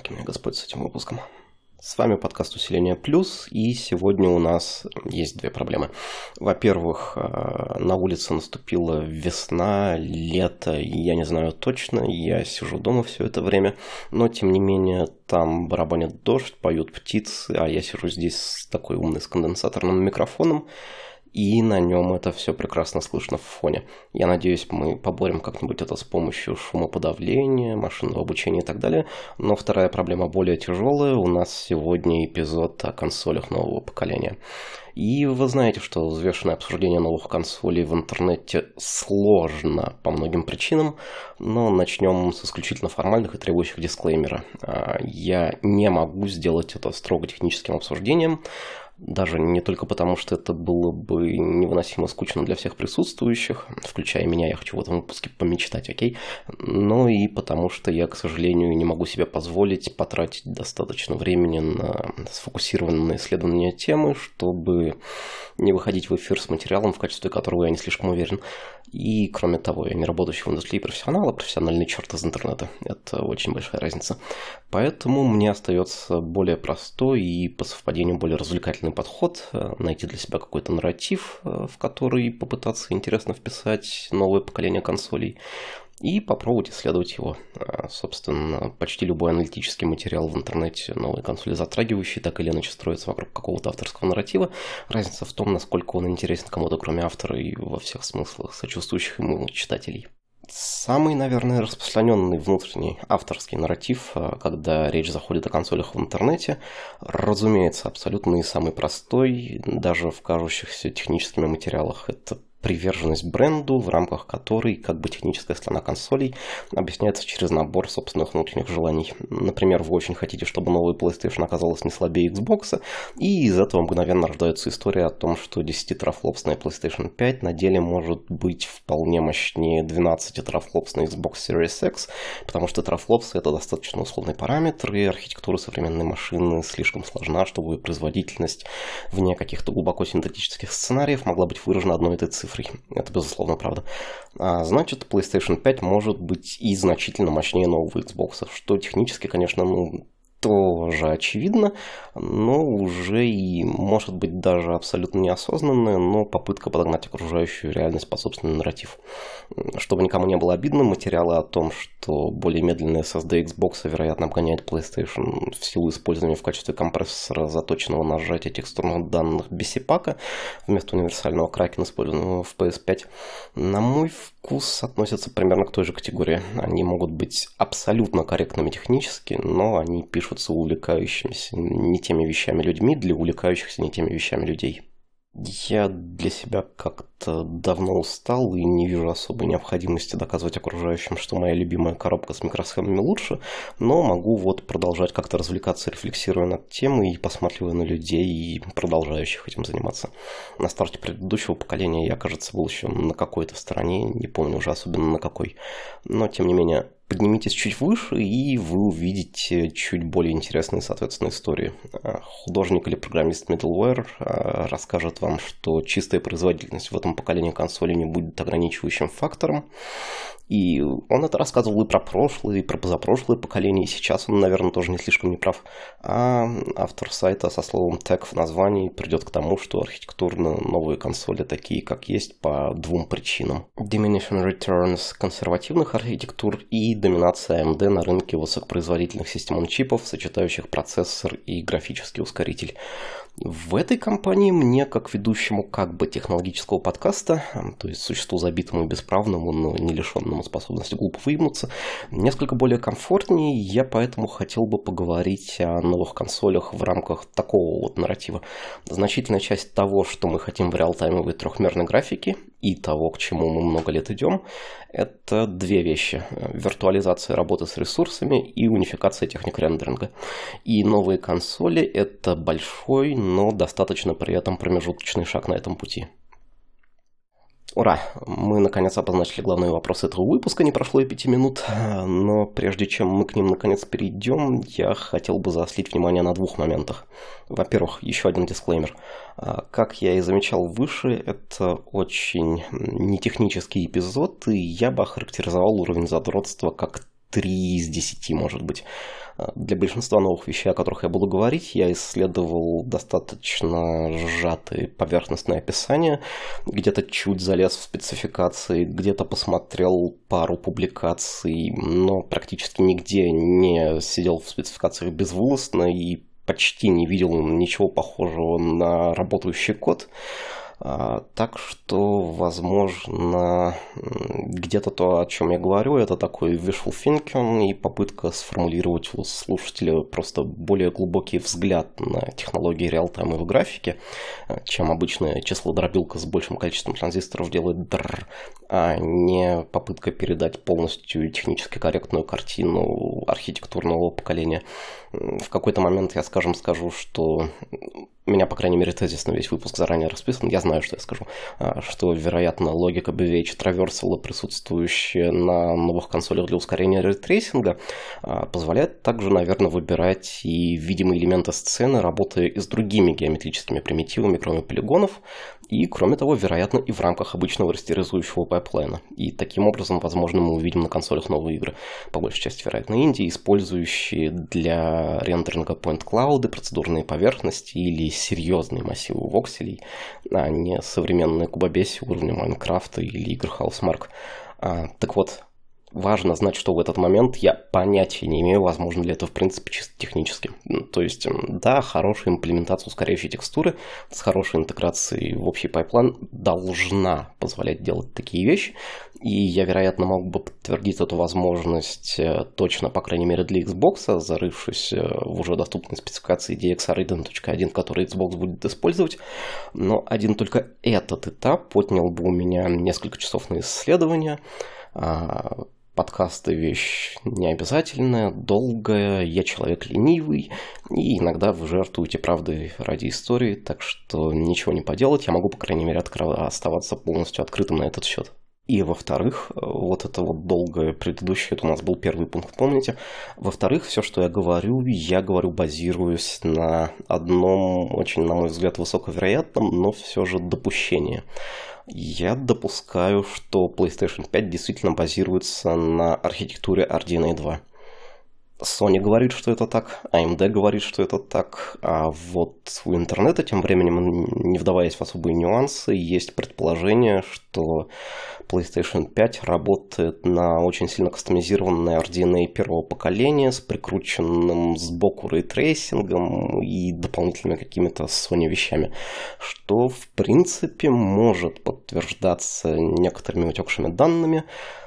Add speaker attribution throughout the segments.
Speaker 1: Помилуйте меня, Господь, с этим выпуском. С вами подкаст «Усиление плюс», и сегодня у нас есть две проблемы. Во-первых, на улице наступила весна, лето, и я не знаю точно, я сижу дома все это время, но тем не менее там барабанит дождь, поют птицы, а я сижу здесь с такой умной с конденсаторным микрофоном, и на нем это все прекрасно слышно в фоне. Я надеюсь, мы поборем как-нибудь это с помощью шумоподавления, машинного обучения и так далее. Но вторая проблема более тяжелая. У нас сегодня эпизод о консолях нового поколения. И вы знаете, что взвешенное обсуждение новых консолей в интернете сложно по многим причинам, но начнем с исключительно формальных и требующих дисклеймера. Я не могу сделать это строго техническим обсуждением, даже не только потому, что это было бы невыносимо скучно для всех присутствующих, включая меня, я хочу в этом выпуске помечтать, окей? Но и потому, что я, к сожалению, не могу себе позволить потратить достаточно времени на сфокусированное исследование темы, чтобы не выходить в эфир с материалом, в качестве которого я не слишком уверен. И, кроме того, я не работающий в индустрии профессионал, а профессиональный черт из интернета. Это очень большая разница. Поэтому мне остается более простой и, по совпадению, более развлекательный подход, найти для себя какой-то нарратив, в который попытаться интересно вписать новое поколение консолей и попробовать исследовать его. Собственно, почти любой аналитический материал в интернете новой консоли затрагивающий так или иначе строится вокруг какого-то авторского нарратива. Разница в том, насколько он интересен кому-то, кроме автора, и во всех смыслах сочувствующих ему читателей. Самый, наверное, распространенный внутренний авторский нарратив, когда речь заходит о консолях в интернете, разумеется, абсолютно и самый простой, даже в кажущихся техническими материалах. Это приверженность бренду, в рамках которой как бы техническая сторона консолей объясняется через набор собственных внутренних желаний. Например, вы очень хотите, чтобы новый PlayStation оказалась не слабее Xbox, и из этого мгновенно рождается история о том, что 10-терафлопсная PlayStation 5 на деле может быть вполне мощнее 12-терафлопсной Xbox Series X, потому что терафлопсы — это достаточно условный параметр, и архитектура современной машины слишком сложна, чтобы ее производительность вне каких-то глубоко синтетических сценариев могла быть выражена одной этой цифрой. Это, безусловно, правда. Значит, PlayStation 5 может быть и значительно мощнее нового Xbox, что технически, конечно, тоже очевидно, но уже и, может быть, даже абсолютно неосознанная, но попытка подогнать окружающую реальность под собственный нарратив. Чтобы никому не было обидно, материалы о том, что более медленный SSD Xbox, вероятно, обгоняет PlayStation в силу использования в качестве компрессора заточенного на сжатие текстурных данных BCPAC вместо универсального Kraken, использованного в PS5, на мой вкус относятся примерно к той же категории. Они могут быть абсолютно корректными технически, но они пишутся увлекающимися не теми вещами людьми для увлекающихся не теми вещами людей. Я для себя как-то давно устал и не вижу особой необходимости доказывать окружающим, что моя любимая коробка с микросхемами лучше, но могу продолжать как-то развлекаться, рефлексируя над темой и посматривая на людей, продолжающих этим заниматься. На старте предыдущего поколения я, кажется, был еще на какой-то стороне, не помню уже особенно на какой, но тем не менее. Поднимитесь чуть выше, и вы увидите чуть более интересные, соответственно, истории. Художник или программист Middleware расскажет вам, что чистая производительность в этом поколении консолей не будет ограничивающим фактором. И он это рассказывал и про прошлое, и про позапрошлое поколение, и сейчас он, наверное, тоже не слишком неправ. А автор сайта со словом «tech» в названии придет к тому, что архитектурно новые консоли такие, как есть, по двум причинам. Diminishing returns консервативных архитектур и доминация AMD на рынке высокопроизводительных систем чипов, сочетающих процессор и графический ускоритель. В этой компании мне, как ведущему как бы технологического подкаста, то есть существу забитому и бесправному, но не лишенному способности глупо выебнуться, несколько более комфортнее, я поэтому хотел бы поговорить о новых консолях в рамках такого вот нарратива. Значительная часть того, что мы хотим в реалтаймовой трехмерной графике, и того, к чему мы много лет идем, это две вещи. Виртуализация работы с ресурсами и унификация техник рендеринга. И новые консоли — это большой, но достаточно при этом промежуточный шаг на этом пути. Ура! Мы наконец обозначили главные вопросы этого выпуска, не прошло и 5 минут, но прежде чем мы к ним наконец перейдем, я хотел бы заострить внимание на двух моментах. Во-первых, еще один дисклеймер. Как я и замечал выше, это очень нетехнический эпизод, и я бы охарактеризовал уровень задротства как 3 из 10, может быть. Для большинства новых вещей, о которых я буду говорить, я исследовал достаточно сжатые поверхностные описания, где-то чуть залез в спецификации, где-то посмотрел пару публикаций, но практически нигде не сидел в спецификациях безвылазно и почти не видел ничего похожего на работающий код. Так что, возможно, где-то то, о чем я говорю, это такой wishful thinking и попытка сформулировать у слушателя просто более глубокий взгляд на технологии реалтаймовой графики, чем обычная числодробилка с большим количеством транзисторов делает дрррр, а не попытка передать полностью технически корректную картину архитектурного поколения. В какой-то момент я, скажу, что у меня, по крайней мере, тезис на весь выпуск заранее расписан. Я знаю, что я скажу. Что, вероятно, логика BVH Traversal, присутствующая на новых консолях для ускорения рейтрейсинга, позволяет также, наверное, выбирать и видимые элементы сцены, работая и с другими геометрическими примитивами, кроме полигонов, и, кроме того, вероятно, и в рамках обычного растеризующего пайплайна. И таким образом, возможно, мы увидим на консолях новые игры, по большей части, вероятно, инди, использующие для рендеринга point-клауды, процедурные поверхности или серьезные массивы вокселей, а не современные кубобеси уровня Майнкрафта или игр Housemarque. Так вот, важно знать, что в этот момент я понятия не имею, возможно ли это в принципе чисто технически. То есть, да, хорошая имплементация ускоряющей текстуры с хорошей интеграцией в общий пайплайн должна позволять делать такие вещи. И я, вероятно, мог бы подтвердить эту возможность точно, по крайней мере, для Xbox, зарывшись в уже доступной спецификации DXR 1.1, который Xbox будет использовать. Но один только этот этап отнял бы у меня несколько часов на исследование. Подкасты — вещь необязательная, долгая, я человек ленивый, и иногда вы жертвуете правдой ради истории, так что ничего не поделать, я могу, по крайней мере, оставаться полностью открытым на этот счет. И, во-вторых, вот это вот долгое предыдущее, это у нас был первый пункт, помните? Во-вторых, все, что я говорю, базируясь на одном очень, на мой взгляд, высоковероятном, но все же допущении. Я допускаю, что PlayStation 5 действительно базируется на архитектуре RDNA 2. Sony говорит, что это так, AMD говорит, что это так, а вот у интернета, тем временем, не вдаваясь в особые нюансы, есть предположение, что PlayStation 5 работает на очень сильно кастомизированной RDNA первого поколения с прикрученным сбоку рейтрейсингом и дополнительными какими-то Sony вещами, что, в принципе, может подтверждаться некоторыми утекшими данными.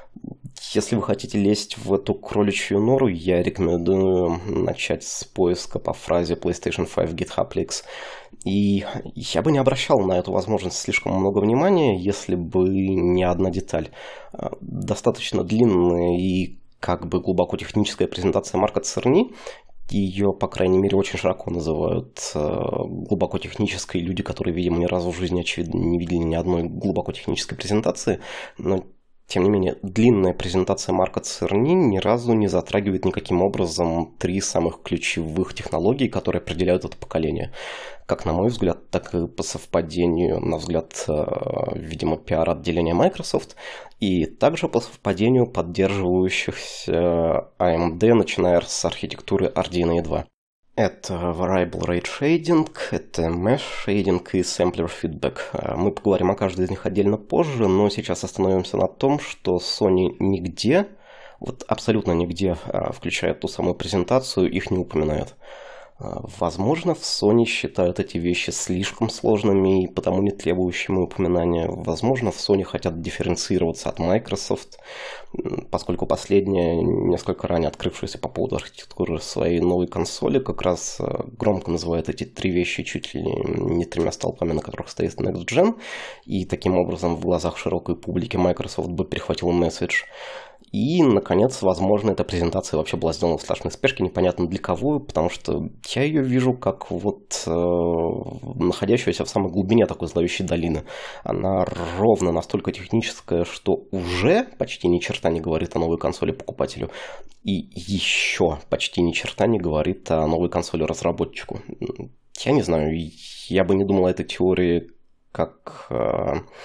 Speaker 1: Если вы хотите лезть в эту кроличью нору, я рекомендую начать с поиска по фразе PlayStation 5 GitHub Leaks. И я бы не обращал на эту возможность слишком много внимания, если бы не одна деталь. Достаточно длинная и как бы глубоко техническая презентация Марка Церни. Ее, по крайней мере, очень широко называют глубоко технической. Люди, которые, видимо, ни разу в жизни, очевидно, не видели ни одной глубоко технической презентации, но тем не менее, длинная презентация Марка Церни ни разу не затрагивает никаким образом три самых ключевых технологий, которые определяют это поколение. Как на мой взгляд, так и по совпадению, на взгляд, видимо, пиар-отделения Microsoft, и также по совпадению поддерживающихся AMD, начиная с архитектуры RDNA 2. Это Variable Rate Shading, это Mesh Shading и Sampler Feedback. Мы поговорим о каждой из них отдельно позже, но сейчас остановимся на том, что Sony нигде, вот абсолютно нигде, включая ту самую презентацию, их не упоминает. Возможно, в Sony считают эти вещи слишком сложными и потому не требующими упоминания. Возможно, в Sony хотят дифференцироваться от Microsoft, поскольку последняя, несколько ранее открывшаяся по поводу архитектуры своей новой консоли, как раз громко называет эти три вещи чуть ли не тремя столпами, на которых стоит Next Gen, и таким образом в глазах широкой публики Microsoft бы перехватил месседж. И, наконец, возможно, эта презентация вообще была сделана в страшной спешке, непонятно для кого, потому что я ее вижу как вот находящуюся в самой глубине такой зловещей долины. Она ровно настолько техническая, что уже почти ни черта не говорит о новой консоли покупателю, и еще почти ни черта не говорит о новой консоли разработчику. Я не знаю, я бы не думал о этой теории как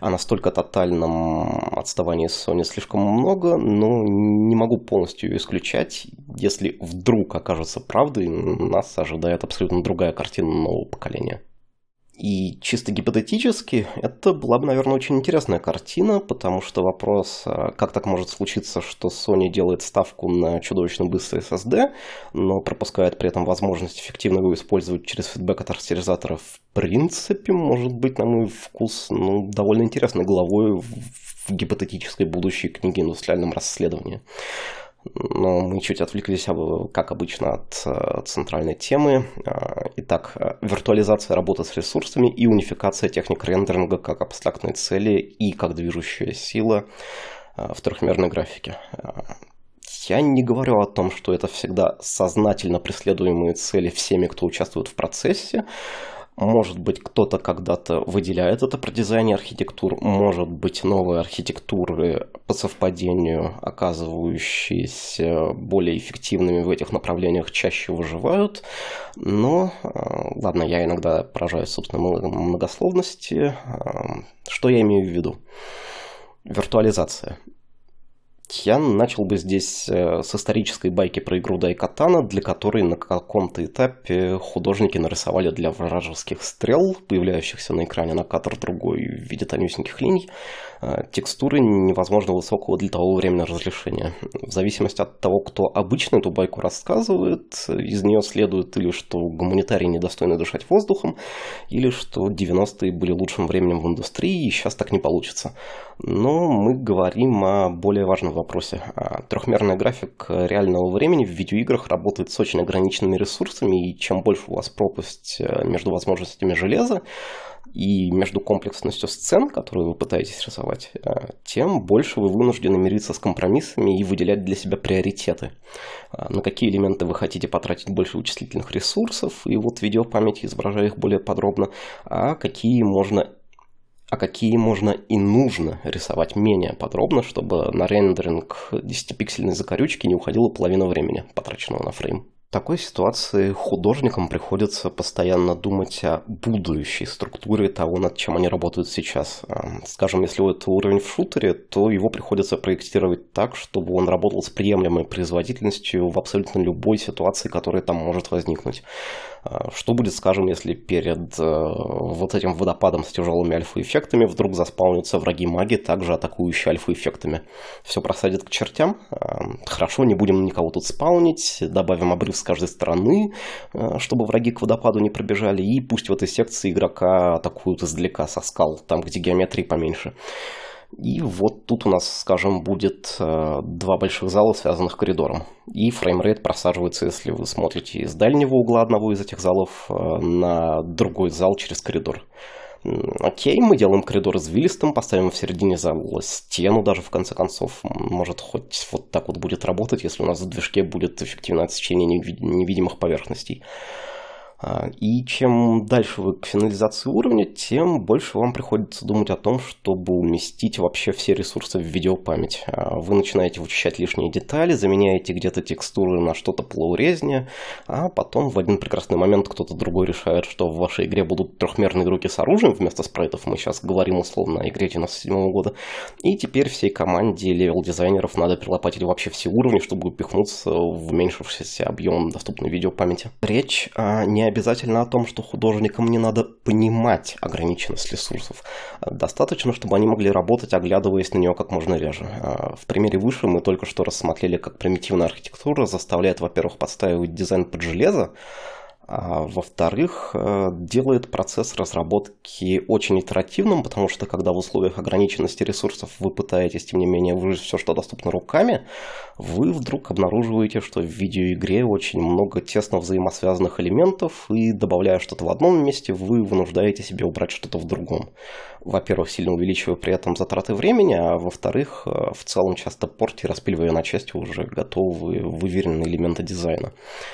Speaker 1: о настолько тотальном отставании Sony слишком много, но не могу полностью ее исключать. Если вдруг окажется правдой, нас ожидает абсолютно другая картина нового поколения. И чисто гипотетически это была бы, наверное, очень интересная картина, потому что вопрос, как так может случиться, что Sony делает ставку на чудовищно быстрый SSD, но пропускает при этом возможность эффективно его использовать через фидбэк от растеризатора, в принципе, может быть, на мой вкус, довольно интересной главой в гипотетической будущей книге индустриальном расследовании. Но мы чуть отвлеклись, как обычно, от центральной темы. Итак, виртуализация работы с ресурсами и унификация техник рендеринга как абстрактной цели и как движущая сила в трехмерной графике. Я не говорю о том, что это всегда сознательно преследуемые цели всеми, кто участвует в процессе. Может быть, кто-то когда-то выделяет это при дизайне архитектур, может быть, новые архитектуры по совпадению, оказывающиеся более эффективными в этих направлениях, чаще выживают. Но, ладно, я иногда поражаюсь собственной многословности. Что я имею в виду? Виртуализация. Я начал бы здесь с исторической байки про игру Дайкатана, для которой на каком-то этапе художники нарисовали для вражеских стрел, появляющихся на экране на кадр другой в виде тонюсеньких линий, текстуры невозможно высокого для того времени разрешения. В зависимости от того, кто обычно эту байку рассказывает, из нее следует или что гуманитарии недостойны дышать воздухом, или что 90-е были лучшим временем в индустрии, и сейчас так не получится. Но мы говорим о более важном вопросе. Трехмерная графика реального времени в видеоиграх работает с очень ограниченными ресурсами, и чем больше у вас пропасть между возможностями железа и между комплексностью сцен, которые вы пытаетесь рисовать, тем больше вы вынуждены мириться с компромиссами и выделять для себя приоритеты. На какие элементы вы хотите потратить больше вычислительных ресурсов, и вот видеопамять, изображая их более подробно, а какие можно и нужно рисовать менее подробно, чтобы на рендеринг 10-пиксельной закорючки не уходила половина времени, потраченного на фрейм. В такой ситуации художникам приходится постоянно думать о будущей структуре того, над чем они работают сейчас. Скажем, если это уровень в шутере, то его приходится проектировать так, чтобы он работал с приемлемой производительностью в абсолютно любой ситуации, которая там может возникнуть. Что будет, скажем, если перед вот этим водопадом с тяжелыми альфа-эффектами вдруг заспаунятся враги-маги, также атакующие альфа-эффектами? Все просадит к чертям? Хорошо, не будем никого тут спаунить, добавим обрыв с каждой стороны, чтобы враги к водопаду не пробежали, и пусть в этой секции игрока атакуют издалека со скал, там, где геометрии поменьше. И вот тут у нас, скажем, будет два больших зала, связанных коридором. И фреймрейт просаживается, если вы смотрите из дальнего угла одного из этих залов на другой зал через коридор. Окей, мы делаем коридор извилистым, поставим в середине зала стену даже, в конце концов. Может, хоть вот так вот будет работать, если у нас в движке будет эффективное отсечение невидимых поверхностей. И чем дальше вы к финализации уровня, тем больше вам приходится думать о том, чтобы уместить вообще все ресурсы в видеопамять. Вы начинаете вычищать лишние детали, заменяете где-то текстуры на что-то полурезнее, а потом в один прекрасный момент кто-то другой решает, что в вашей игре будут трехмерные игроки с оружием вместо спрейтов. Мы сейчас говорим условно о игре 97 года. И теперь всей команде левел-дизайнеров надо перелопатить вообще все уровни, чтобы упихнуться в уменьшившийся объем доступной видеопамяти. Речь не обязательно о том, что художникам не надо понимать ограниченность ресурсов. Достаточно, чтобы они могли работать, оглядываясь на нее как можно реже. В примере выше мы только что рассмотрели, как примитивная архитектура заставляет, во-первых, подстраивать дизайн под железо, а во-вторых, делает процесс разработки очень итеративным, потому что когда в условиях ограниченности ресурсов вы пытаетесь, тем не менее, выжать все, что доступно руками, вы вдруг обнаруживаете, что в видеоигре очень много тесно взаимосвязанных элементов, и добавляя что-то в одном месте, вы вынуждаете себя убрать что-то в другом. Во-первых, сильно увеличивая при этом затраты времени, а во-вторых, в целом часто портя и распиливая на части уже готовые, выверенные элементы дизайна.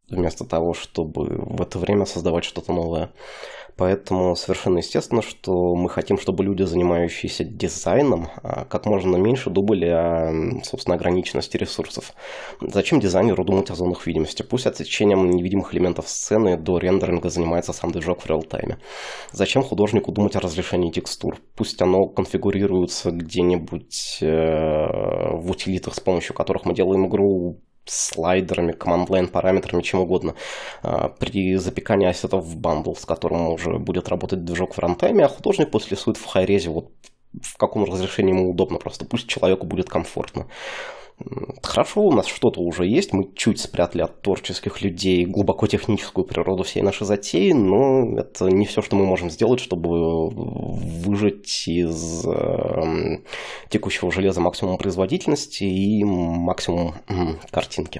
Speaker 1: вместо того, чтобы в это время создавать что-то новое. Поэтому совершенно естественно, что мы хотим, чтобы люди, занимающиеся дизайном, как можно меньше думали о, собственно, ограниченности ресурсов. Зачем дизайнеру думать о зонах видимости? Пусть отсечением невидимых элементов сцены до рендеринга занимается сам движок в реал-тайме. Зачем художнику думать о разрешении текстур? Пусть оно конфигурируется где-нибудь в утилитах, с помощью которых мы делаем игру, слайдерами, команд-лайн параметрами, чем угодно, при запекании ассетов в бандл, с которым уже будет работать движок в рантайме, а художник пусть рисует в хай-резе, вот в каком разрешении ему удобно, просто пусть человеку будет комфортно. Хорошо, у нас что-то уже есть, мы чуть спрятали от творческих людей глубоко техническую природу всей нашей затеи, но это не все, что мы можем сделать, чтобы выжать из текущего железа максимум производительности и максимум картинки.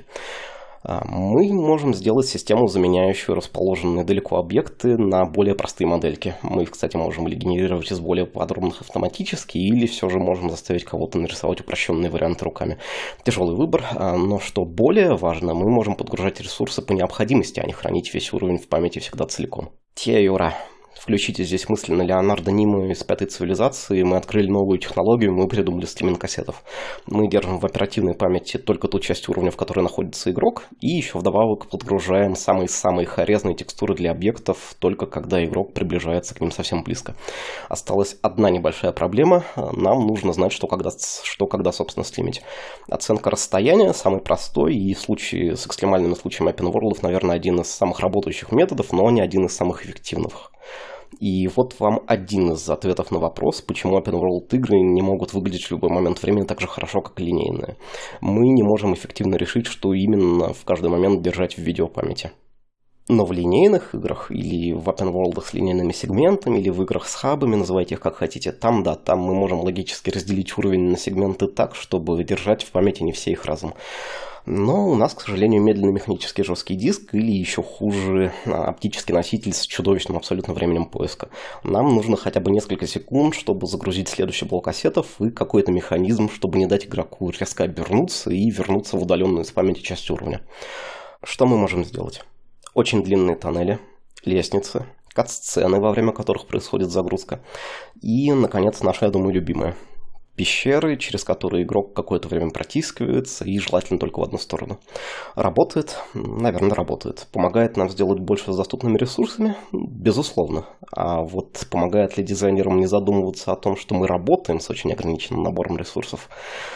Speaker 1: Мы можем сделать систему, заменяющую расположенные далеко объекты на более простые модельки. Мы их, кстати, можем или генерировать из более подробных автоматически, или все же можем заставить кого-то нарисовать упрощенные варианты руками. Тяжелый выбор, но что более важно, мы можем подгружать ресурсы по необходимости, а не хранить весь уровень в памяти всегда целиком. Ура! Включите здесь мысленно Леонардо Ниму из «Пятой цивилизации». Мы открыли новую технологию, мы придумали стриминг кассетов. Мы держим в оперативной памяти только ту часть уровня, в которой находится игрок, и еще вдобавок подгружаем самые-самые хайрезные текстуры для объектов, только когда игрок приближается к ним совсем близко. Осталась одна небольшая проблема. Нам нужно знать, что когда, собственно, стримить. Оценка расстояния самый простой, и в случае с экстремальными случаями open world, наверное, один из самых работающих методов, но не один из самых эффективных. И вот вам один из ответов на вопрос, почему open world игры не могут выглядеть в любой момент времени так же хорошо, как и линейные. Мы не можем эффективно решить, что именно в каждый момент держать в видеопамяти. Но в линейных играх, или в open world с линейными сегментами, или в играх с хабами, называйте их как хотите, там мы можем логически разделить уровень на сегменты так, чтобы держать в памяти не все их разом. Но у нас, к сожалению, медленный механический жесткий диск или еще хуже оптический носитель с чудовищным абсолютно временем поиска. Нам нужно хотя бы несколько секунд, чтобы загрузить следующий блок ассетов и какой-то механизм, чтобы не дать игроку резко обернуться и вернуться в удаленную из памяти часть уровня. Что мы можем сделать? Очень длинные тоннели, лестницы, кат-сцены, во время которых происходит загрузка. И, наконец, наша, я думаю, любимая. Пещеры, через которые игрок какое-то время протискивается, и желательно только в одну сторону. Работает? Наверное, работает. Помогает нам сделать больше с доступными ресурсами? Безусловно. А вот помогает ли дизайнерам не задумываться о том, что мы работаем с очень ограниченным набором ресурсов?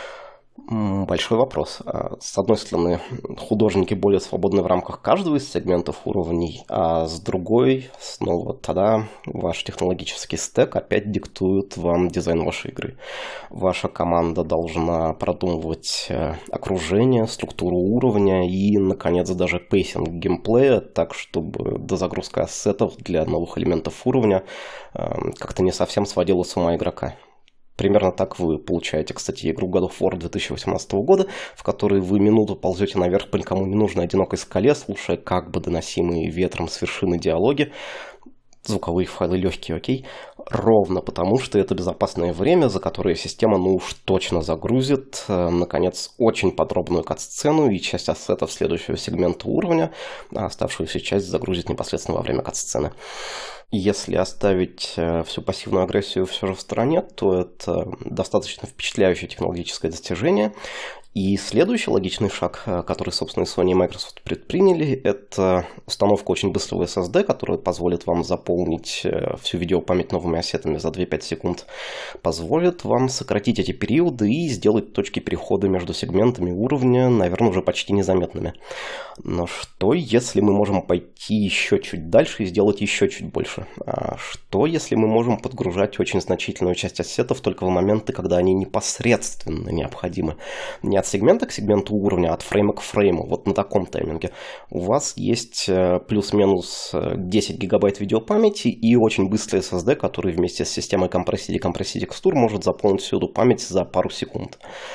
Speaker 1: Большой вопрос. С одной стороны, художники более свободны в рамках каждого из сегментов уровней, а с другой, снова тогда ваш технологический стек опять диктует вам дизайн вашей игры. Ваша команда должна продумывать окружение, структуру уровня и, наконец, даже пейсинг геймплея, так, чтобы дозагрузка ассетов для новых элементов уровня как-то не совсем сводила с ума игрока. Примерно так вы получаете, кстати, игру God of War 2018 года, в которой вы минуту ползете наверх по никому не нужной одинокой скале, слушая как бы доносимые ветром с вершины диалоги. Звуковые файлы легкие, окей? Ровно потому, что это безопасное время, за которое система уж точно загрузит, наконец, очень подробную кат-сцену и часть ассетов следующего сегмента уровня, а оставшуюся часть загрузит непосредственно во время кат-сцены. Если оставить всю пассивную агрессию все же в стороне, то это достаточно впечатляющее технологическое достижение. И следующий логичный шаг, который, собственно, и Sony и Microsoft предприняли, это установка очень быстрого SSD, который позволит вам заполнить всю видеопамять новыми ассетами за 2-5 секунд, позволит вам сократить эти периоды и сделать точки перехода между сегментами уровня, наверное, уже почти незаметными. Но что, если мы можем пойти еще чуть дальше и сделать еще чуть больше? А что, если мы можем подгружать очень значительную часть ассетов только в моменты, когда они непосредственно необходимы? Не от сегмента к сегменту уровня, а от фрейма к фрейму, вот на таком тайминге. У вас есть плюс-минус 10 гигабайт видеопамяти и очень быстрый SSD, который вместе с системой компрессии и декомпрессии текстур может заполнить всю эту память за пару секунд.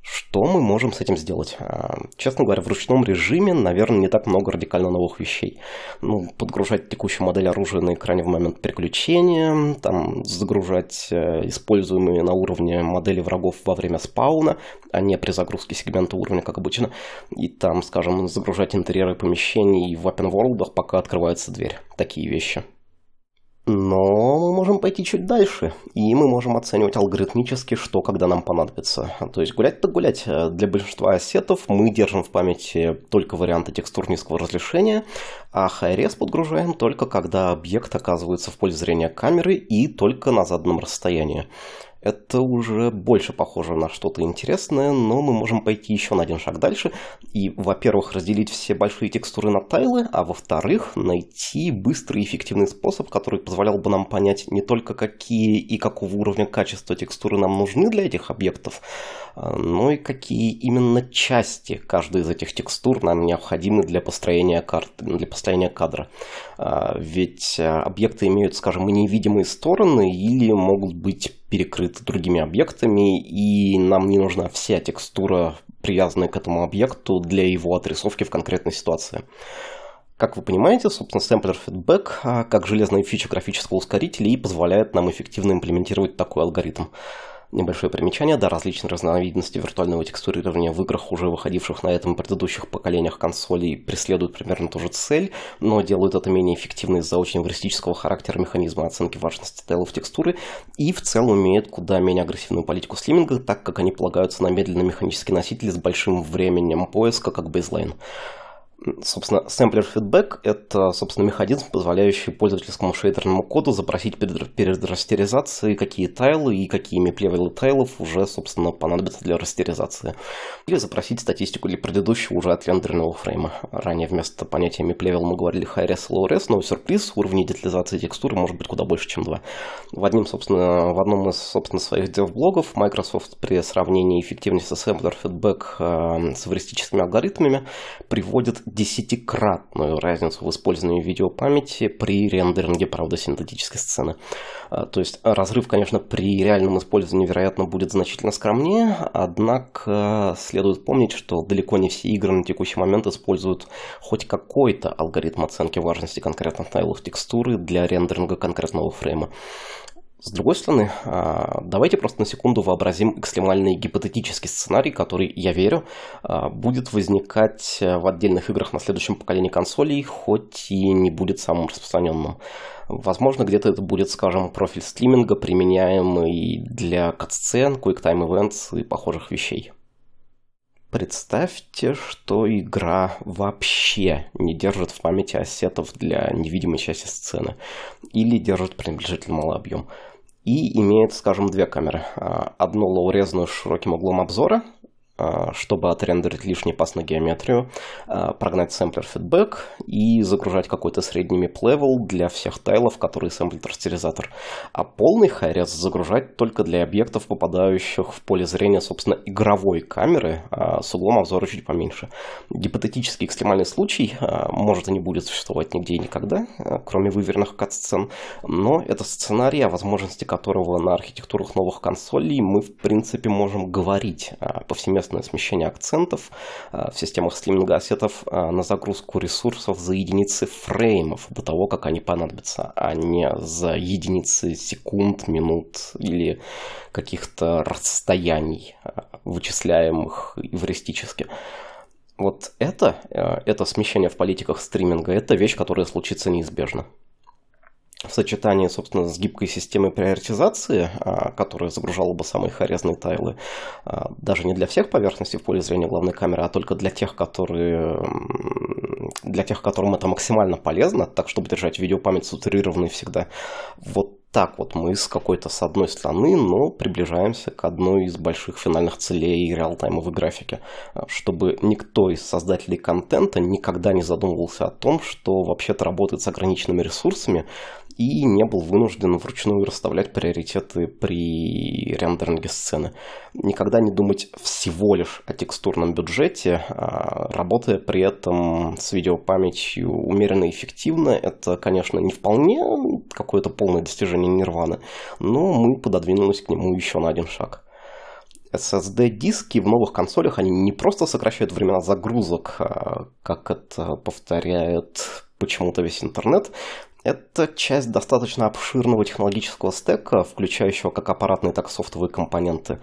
Speaker 1: Что мы можем с этим сделать? Честно говоря, в ручном режиме, наверное, не так много радикально новых вещей. Подгружать текущую модель оружия на экране в момент переключения, загружать используемые на уровне модели врагов во время спауна, а не при загрузке сегмента уровня, как обычно, и скажем, загружать интерьеры помещений в open world, пока открывается дверь. Такие вещи. Но мы можем пойти чуть дальше, и мы можем оценивать алгоритмически, что когда нам понадобится. То есть гулять так гулять. Для большинства ассетов мы держим в памяти только варианты текстур низкого разрешения, а high-res подгружаем только когда объект оказывается в поле зрения камеры и только на заданном расстоянии. Это уже больше похоже на что-то интересное, но мы можем пойти еще на один шаг дальше и, во-первых, разделить все большие текстуры на тайлы, а во-вторых, найти быстрый и эффективный способ, который позволял бы нам понять не только какие и какого уровня качества текстуры нам нужны для этих объектов, но и какие именно части каждой из этих текстур нам необходимы для построения кадра. Ведь объекты имеют, скажем, и невидимые стороны или могут быть перекрыты другими объектами, и нам не нужна вся текстура, привязанная к этому объекту, для его отрисовки в конкретной ситуации. Как вы понимаете, собственно, Sampler Feedback, как железная фича графического ускорителя, и позволяет нам эффективно имплементировать такой алгоритм. Небольшое примечание, различные разновидности виртуального текстурирования в играх, уже выходивших на этом предыдущих поколениях консолей, преследуют примерно ту же цель, но делают это менее эффективно из-за очень эвристического характера механизма оценки важности тайлов текстуры и в целом имеют куда менее агрессивную политику слиминга, так как они полагаются на медленно-механический носитель с большим временем поиска как бейзлайн. Собственно, Sampler Feedback — это, собственно, механизм, позволяющий пользовательскому шейдерному коду запросить перед растеризацией, какие тайлы и какие мип-левелы тайлов уже, собственно, понадобятся для растеризации. Или запросить статистику для предыдущего уже отрендеренного фрейма. Ранее вместо понятия mip-level мы говорили high-res и low-res, но сюрприз, уровней детализации текстуры может быть куда больше, чем 2. В одном из, собственно, своих dev-блогов Microsoft при сравнении эффективности Sampler Feedback с эвристическими алгоритмами приводит 10-кратную разницу в использовании видеопамяти при рендеринге, правда, синтетической сцены. То есть разрыв, конечно, при реальном использовании, вероятно, будет значительно скромнее, однако следует помнить, что далеко не все игры на текущий момент используют хоть какой-то алгоритм оценки важности конкретных тайлов текстуры для рендеринга конкретного фрейма. С другой стороны, давайте просто на секунду вообразим экстремальный гипотетический сценарий, который, я верю, будет возникать в отдельных играх на следующем поколении консолей, хоть и не будет самым распространенным. Возможно, где-то это будет, скажем, профиль стриминга, применяемый для катсцен, QuickTime Events и похожих вещей. Представьте, что игра вообще не держит в памяти ассетов для невидимой части сцены или держит пренебрежительно малый объем. И имеет, скажем, две камеры. Одну лоурезную с широким углом обзора, чтобы отрендерить лишний пас на геометрию, прогнать сэмплер фидбэк и загружать какой-то средний мип-левел для всех тайлов, которые сэмплит растеризатор. А полный high-res загружать только для объектов, попадающих в поле зрения, собственно, игровой камеры с углом обзора чуть поменьше. Гипотетический экстремальный случай, может и не будет существовать нигде и никогда, кроме выверенных кат-сцен, но это сценарий, о возможности которого на архитектурах новых консолей мы, в принципе, можем говорить. Повсеместно смещение акцентов в системах стриминга ассетов на загрузку ресурсов за единицы фреймов до того, как они понадобятся, а не за единицы секунд, минут или каких-то расстояний, вычисляемых эвристически. Вот это смещение в политиках стриминга, это вещь, которая случится неизбежно. В сочетании, собственно, с гибкой системой приоритизации, которая загружала бы самые хорезные тайлы, даже не для всех поверхностей в поле зрения главной камеры, а только для тех, которым это максимально полезно, так, чтобы держать видеопамять сатурированной всегда. Вот так вот мы с какой-то с одной стороны, но приближаемся к одной из больших финальных целей реалтаймовой графики, чтобы никто из создателей контента никогда не задумывался о том, что вообще-то работает с ограниченными ресурсами и не был вынужден вручную расставлять приоритеты при рендеринге сцены. Никогда не думать всего лишь о текстурном бюджете, работая при этом с видеопамятью умеренно и эффективно. Это, конечно, не вполне какое-то полное достижение нирваны, но мы пододвинулись к нему еще на один шаг. SSD-диски в новых консолях, они не просто сокращают времена загрузок, как это повторяет почему-то весь интернет. Это часть достаточно обширного технологического стека, включающего как аппаратные, так и софтовые компоненты,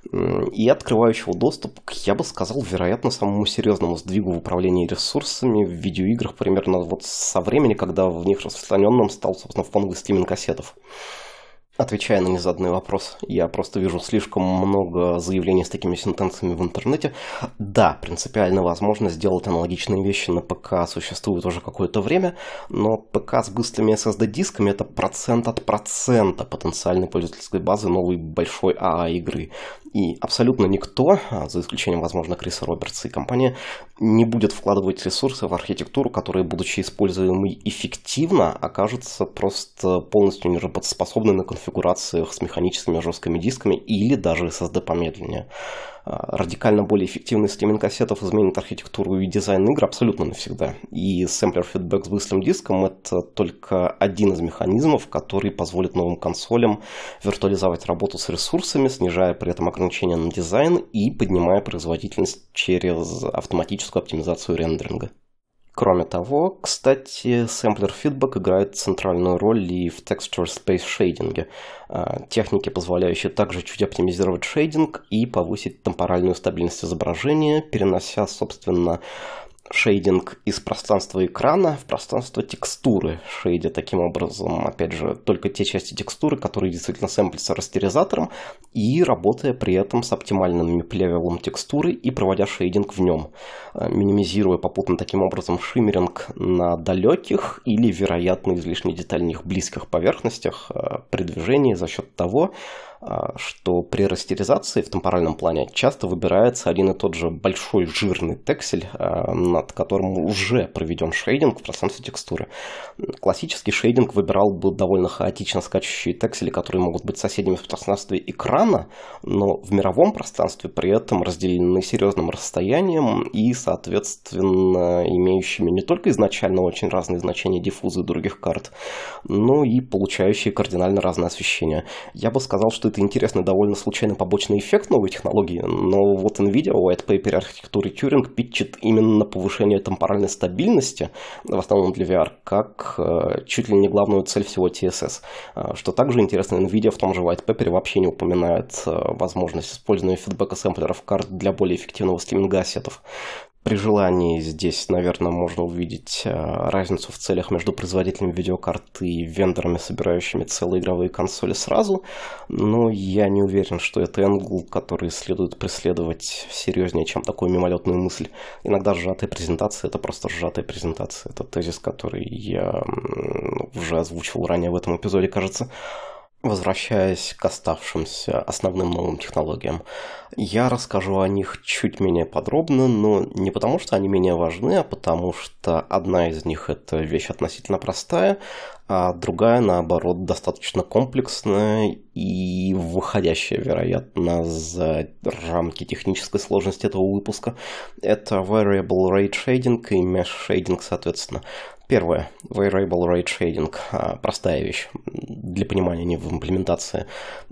Speaker 1: и открывающего доступ к, я бы сказал, вероятно, самому серьезному сдвигу в управлении ресурсами в видеоиграх примерно вот со времени, когда в них распространенным стал, собственно, фоновый стриминг кассетов. Отвечая на незаданный вопрос, я просто вижу слишком много заявлений с такими сентенциями в интернете. Да, принципиально возможно сделать аналогичные вещи на ПК существует уже какое-то время, но ПК с быстрыми SSD-дисками — это процент от процента потенциальной пользовательской базы новой большой АА-игры. И абсолютно никто, за исключением, возможно, Криса Робертса и компания, не будет вкладывать ресурсы в архитектуру, которая, будучи используемой эффективно, окажется просто полностью неработоспособной на конфигурациях с механическими жесткими дисками или даже SSD помедленнее. Радикально более эффективный стриминг кассетов изменит архитектуру и дизайн игр абсолютно навсегда. И сэмплер фидбэк с быстрым диском — это только один из механизмов, который позволит новым консолям виртуализовать работу с ресурсами, снижая при этом ограничения на дизайн и поднимая производительность через автоматическую оптимизацию рендеринга. Кроме того, кстати, сэмплер фидбэк играет центральную роль и в Texture Space шейдинге, технике, позволяющей также чуть оптимизировать шейдинг и повысить темпоральную стабильность изображения, перенося, собственно, шейдинг из пространства экрана в пространство текстуры, шейдя таким образом, опять же, только те части текстуры, которые действительно сэмплятся растеризатором, и работая при этом с оптимальным мип-левелом текстуры и проводя шейдинг в нем, минимизируя попутно таким образом шиммеринг на далеких или, вероятно, излишне детальных близких поверхностях при движении за счет того, что при растеризации в темпоральном плане часто выбирается один и тот же большой жирный тексель, над которым уже проведен шейдинг в пространстве текстуры. Классический шейдинг выбирал бы довольно хаотично скачущие тексели, которые могут быть соседями в пространстве экрана, но в мировом пространстве при этом разделены серьезным расстоянием и, соответственно, имеющими не только изначально очень разные значения диффуза и других карт, но и получающие кардинально разное освещение. Я бы сказал, что это интересный, довольно случайный побочный эффект новой технологии, но вот NVIDIA в white paper архитектуры Turing питчит именно повышение темпоральной стабильности, в основном для VR, как чуть ли не главную цель всего TSS. Что также интересно, NVIDIA в том же white paper вообще не упоминает возможность использования фидбэка сэмплеров карт для более эффективного стриминга ассетов. При желании здесь, наверное, можно увидеть разницу в целях между производителями видеокарт и вендорами, собирающими целые игровые консоли сразу, но я не уверен, что это энгл, который следует преследовать серьезнее, чем такую мимолетную мысль. Иногда сжатая презентация — это просто сжатая презентация. Это тезис, который я уже озвучивал ранее в этом эпизоде, кажется. Возвращаясь к оставшимся основным новым технологиям, я расскажу о них чуть менее подробно, но не потому, что они менее важны, а потому что одна из них — это вещь относительно простая, а другая, наоборот, достаточно комплексная и выходящая, вероятно, за рамки технической сложности этого выпуска. Это Variable Rate Shading и Mesh Shading, соответственно. Первое. Variable Rate Shading. Простая вещь. Для понимания, не в имплементации.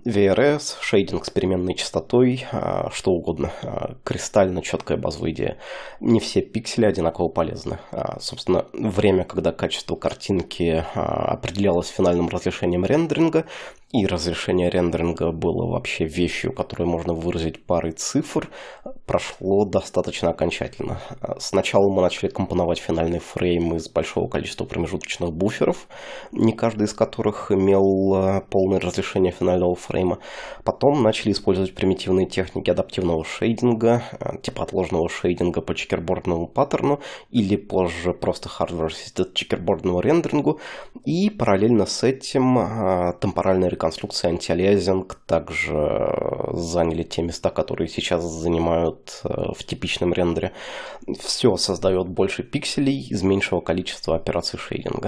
Speaker 1: VRS, шейдинг с переменной частотой, что угодно. Кристально четкая базовая идея. Не все пиксели одинаково полезны. Собственно, время, когда качество картинки определялось финальным разрешением рендеринга, и разрешение рендеринга было вообще вещью, которую можно выразить парой цифр, прошло достаточно окончательно. Сначала мы начали компоновать финальный фрейм из большого количества промежуточных буферов, не каждый из которых имел полное разрешение финального фрейма. Потом начали использовать примитивные техники адаптивного шейдинга, типа отложенного шейдинга по чекербордному паттерну, или позже просто hardware-assisted чекербордному рендерингу, и параллельно с этим темпоральная реконструкция антиалиазинг также заняли те места, которые сейчас занимают в типичном рендере. Все создает больше пикселей из меньшего количества операций шейдинга.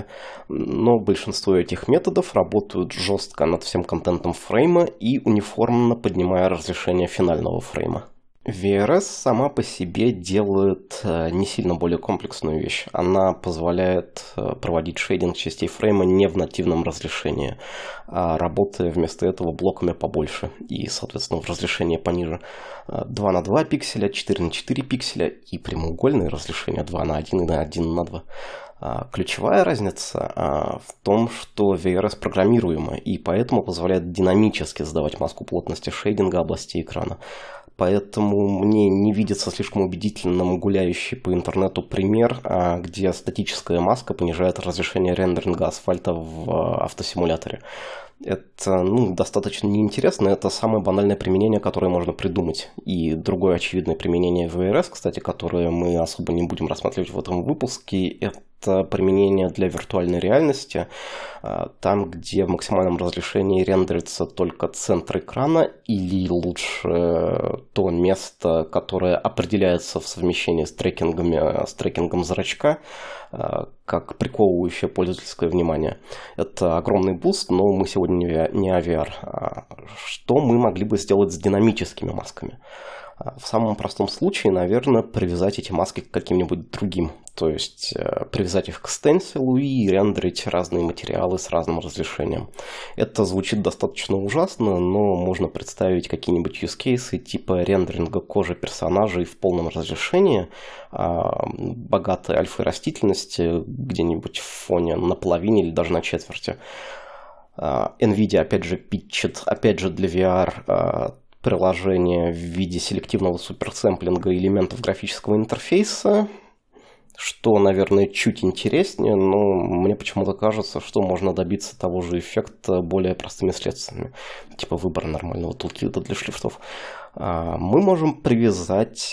Speaker 1: Но большинство этих методов работают жестко над всем контентом фрейма и униформно поднимая разрешение финального фрейма. VRS сама по себе делает не сильно более комплексную вещь. Она позволяет проводить шейдинг частей фрейма не в нативном разрешении, а работая вместо этого блоками побольше и, соответственно, в разрешении пониже. 2 на 2 пикселя, 4 на 4 пикселя и прямоугольное разрешение 2 на 1 и на 1 на 2. Ключевая разница в том, что VRS программируема и поэтому позволяет динамически задавать маску плотности шейдинга областей экрана. Поэтому мне не видится слишком убедительным гуляющий по интернету пример, где статическая маска понижает разрешение рендеринга асфальта в автосимуляторе. Это достаточно неинтересно, это самое банальное применение, которое можно придумать. И другое очевидное применение VRS, кстати, которое мы особо не будем рассматривать в этом выпуске, это применение для виртуальной реальности, там, где в максимальном разрешении рендерится только центр экрана или лучше то место, которое определяется в совмещении с трекингом зрачка, как приковывающее пользовательское внимание. Это огромный буст, но мы сегодня не о VR. Что мы могли бы сделать с динамическими масками? В самом простом случае, наверное, привязать эти маски к каким-нибудь другим. То есть привязать их к стенсилу и рендерить разные материалы с разным разрешением. Это звучит достаточно ужасно, но можно представить какие-нибудь use cases типа рендеринга кожи персонажей в полном разрешении, богатой альфой растительности где-нибудь в фоне на половине или даже на четверти. NVIDIA опять же питчет, для VR приложение в виде селективного суперсэмплинга элементов графического интерфейса, что, наверное, чуть интереснее, но мне почему-то кажется, что можно добиться того же эффекта более простыми средствами, типа выбора нормального тулкита для шрифтов. Мы можем привязать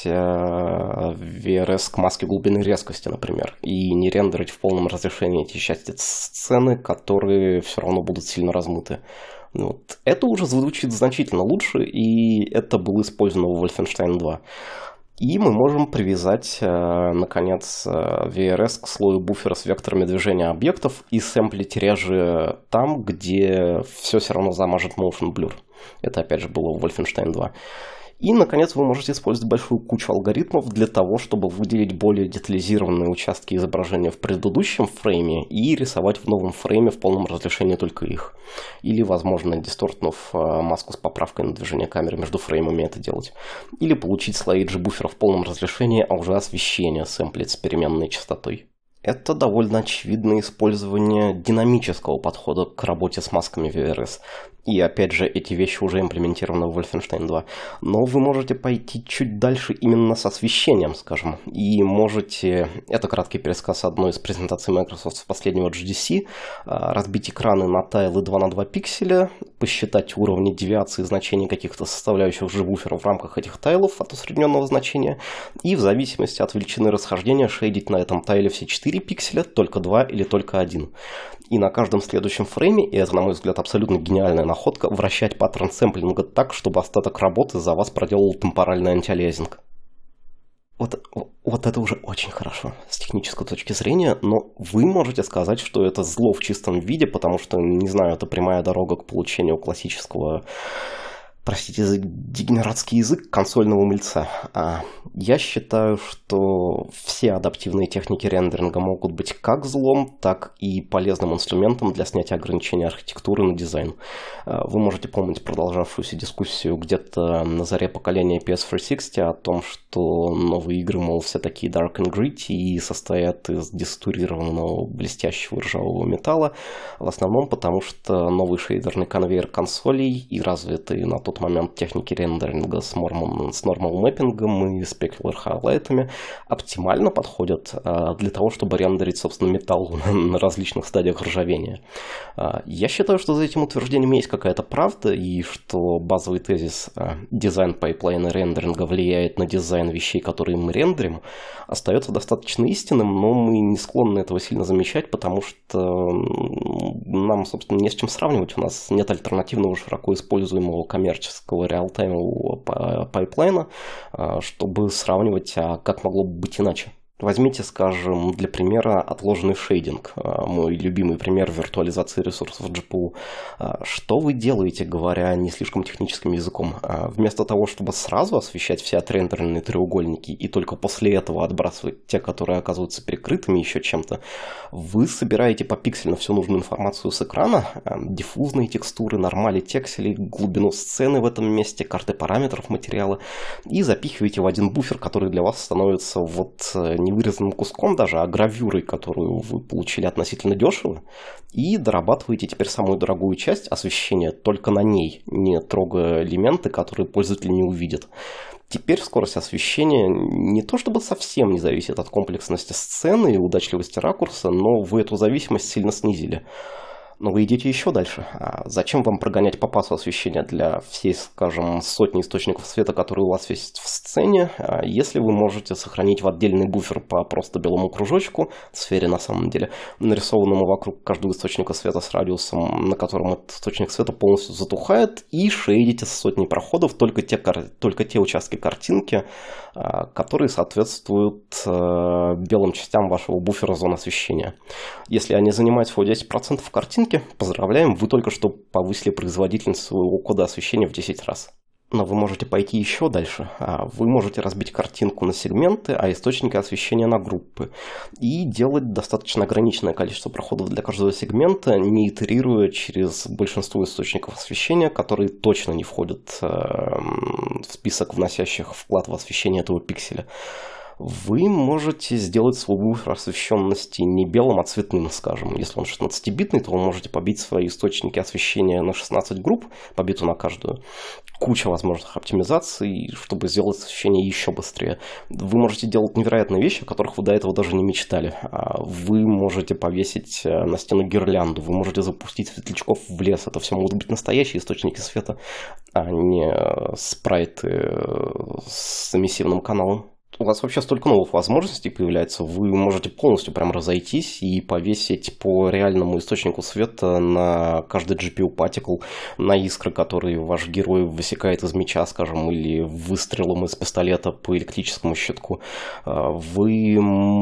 Speaker 1: VRS к маске глубины резкости, например, и не рендерить в полном разрешении эти части сцены, которые все равно будут сильно размыты. Вот. Это уже звучит значительно лучше, и это было использовано в Wolfenstein 2. И мы можем привязать, наконец, VRS к слою буфера с векторами движения объектов и сэмплить реже там, где все равно замажет motion blur. Это, опять же, было в Wolfenstein 2. И, наконец, вы можете использовать большую кучу алгоритмов для того, чтобы выделить более детализированные участки изображения в предыдущем фрейме и рисовать в новом фрейме в полном разрешении только их. Или, возможно, дисторкнув маску с поправкой на движение камеры между фреймами это делать. Или получить слои G-буфера в полном разрешении, а уже освещение сэмплить с переменной частотой. Это довольно очевидное использование динамического подхода к работе с масками VRS. И опять же, эти вещи уже имплементированы в Wolfenstein 2. Но вы можете пойти чуть дальше именно с освещением, скажем. И можете, это краткий пересказ одной из презентаций Microsoft с последнего GDC, разбить экраны на тайлы 2 на 2 пикселя, посчитать уровни девиации значений каких-то составляющих G-буфера в рамках этих тайлов от усредненного значения, и в зависимости от величины расхождения шейдить на этом тайле все 4 пикселя, только 2 или только 1. И на каждом следующем фрейме, и это, на мой взгляд, абсолютно гениальная находка, вращать паттерн сэмплинга так, чтобы остаток работы за вас проделал темпоральный антиалиасинг. Вот это уже очень хорошо с технической точки зрения, но вы можете сказать, что это зло в чистом виде, потому что, не знаю, это прямая дорога к получению классического, простите за дегенератский язык, консольного мыльца. Я считаю, что все адаптивные техники рендеринга могут быть как злом, так и полезным инструментом для снятия ограничений архитектуры на дизайн. Вы можете помнить продолжавшуюся дискуссию где-то на заре поколения PS360 о том, что новые игры, мол, все такие dark and gritty и состоят из деструированного блестящего ржавого металла, в основном потому, что новый шейдерный конвейер консолей и развитые на тот момент техники рендеринга с normal мэппингом и specular хайлайтами оптимально подходят для того, чтобы рендерить, собственно, металл на различных стадиях ржавения. Я считаю, что за этим утверждением есть какая-то правда, и что базовый тезис дизайн пайплайна рендеринга влияет на дизайн вещей, которые мы рендерим, остается достаточно истинным, но мы не склонны этого сильно замечать, потому что нам, собственно, не с чем сравнивать. У нас нет альтернативного широко используемого коммерческого реалтаймового пайплайна, чтобы сравнивать, а как могло бы быть иначе. Возьмите, скажем, для примера отложенный шейдинг, мой любимый пример виртуализации ресурсов GPU. Что вы делаете, говоря не слишком техническим языком? Вместо того, чтобы сразу освещать все отрендеренные треугольники и только после этого отбрасывать те, которые оказываются перекрытыми еще чем-то, вы собираете попиксельно всю нужную информацию с экрана, диффузные текстуры, нормали текселей, глубину сцены в этом месте, карты параметров материала и запихиваете в один буфер, который для вас становится не вырезанным куском даже, а гравюрой, которую вы получили относительно дешево, и дорабатываете теперь самую дорогую часть освещения только на ней, не трогая элементы, которые пользователь не увидит. Теперь скорость освещения не то чтобы совсем не зависит от комплексности сцены и удачливости ракурса, но вы эту зависимость сильно снизили. Но вы идете еще дальше. Зачем вам прогонять по пасу освещения для всей, скажем, сотни источников света, которые у вас есть в сцене, если вы можете сохранить в отдельный буфер по просто белому кружочку, сфере на самом деле, нарисованному вокруг каждого источника света с радиусом, на котором этот источник света полностью затухает, и шейдите с сотней проходов только те участки картинки, которые соответствуют белым частям вашего буфера зон освещения. Если они занимают всего 10% картинки, поздравляем, вы только что повысили производительность своего кода освещения в 10 раз. Но вы можете пойти еще дальше. Вы можете разбить картинку на сегменты, а источники освещения на группы. И делать достаточно ограниченное количество проходов для каждого сегмента, не итерируя через большинство источников освещения, которые точно не входят в список вносящих вклад в освещение этого пикселя. Вы можете сделать свой буфер освещенности не белым, а цветным, скажем. Если он 16-битный, то вы можете побить свои источники освещения на 16 групп, по биту на каждую. Куча возможных оптимизаций, чтобы сделать освещение еще быстрее. Вы можете делать невероятные вещи, о которых вы до этого даже не мечтали. Вы можете повесить на стену гирлянду, вы можете запустить светлячков в лес. Это все могут быть настоящие источники света, а не спрайты с эмиссивным каналом. У вас вообще столько новых возможностей появляется, вы можете полностью прям разойтись и повесить по реальному источнику света на каждый GPU particle, на искры, которые ваш герой высекает из меча, скажем, или выстрелом из пистолета по электрическому щитку. Вы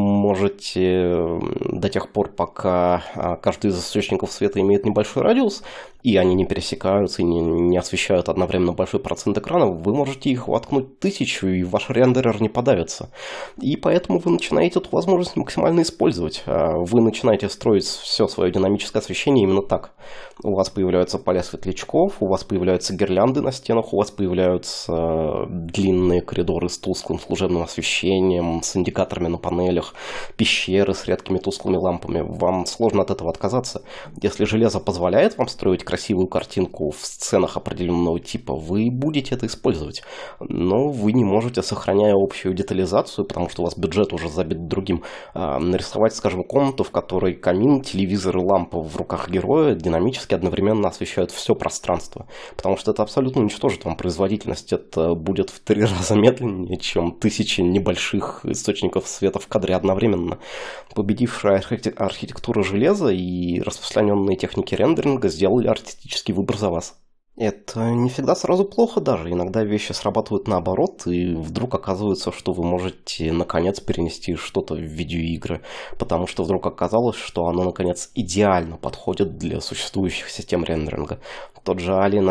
Speaker 1: можете до тех пор, пока каждый из источников света имеет небольшой радиус, и они не пересекаются и не освещают одновременно большой процент экрана, вы можете их воткнуть 1000, и ваш рендерер не подавится. И поэтому вы начинаете эту возможность максимально использовать. Вы начинаете строить все свое динамическое освещение именно так. У вас появляются поля светлячков, у вас появляются гирлянды на стенах, у вас появляются длинные коридоры с тусклым служебным освещением, с индикаторами на панелях, пещеры с редкими тусклыми лампами. Вам сложно от этого отказаться. Если железо позволяет вам строить красивую картинку в сценах определенного типа, вы будете это использовать. Но вы не можете, сохраняя общую детализацию, потому что у вас бюджет уже забит другим, нарисовать, скажем, комнату, в которой камин, телевизор и лампа в руках героя динамически одновременно освещают все пространство. Потому что это абсолютно уничтожит вам производительность. Это будет в 3 раза медленнее, чем 1000 небольших источников света в кадре одновременно. Победившая архитектура железа и распространенные техники рендеринга сделали артистический выбор за вас. Это не всегда сразу плохо даже. Иногда вещи срабатывают наоборот, и вдруг оказывается, что вы можете наконец перенести что-то в видеоигры, потому что вдруг оказалось, что оно наконец идеально подходит для существующих систем рендеринга. Тот же Alien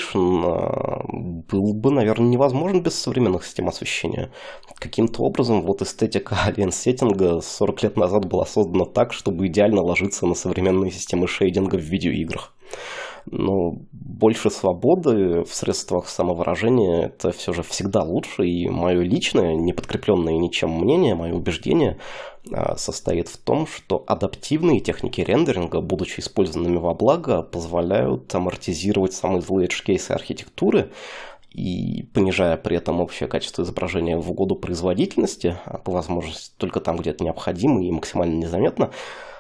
Speaker 1: Isolation был бы, наверное, невозможен без современных систем освещения. Каким-то образом вот эстетика Alien-сеттинга 40 лет назад была создана так, чтобы идеально ложиться на современные системы шейдинга в видеоиграх. Но больше свободы в средствах самовыражения – это все же всегда лучше, и мое личное, не подкрепленное ничем мнение, мое убеждение состоит в том, что адаптивные техники рендеринга, будучи использованными во благо, позволяют амортизировать самые злые эдж-кейсы архитектуры, и понижая при этом общее качество изображения в угоду производительности, по возможности только там, где это необходимо и максимально незаметно,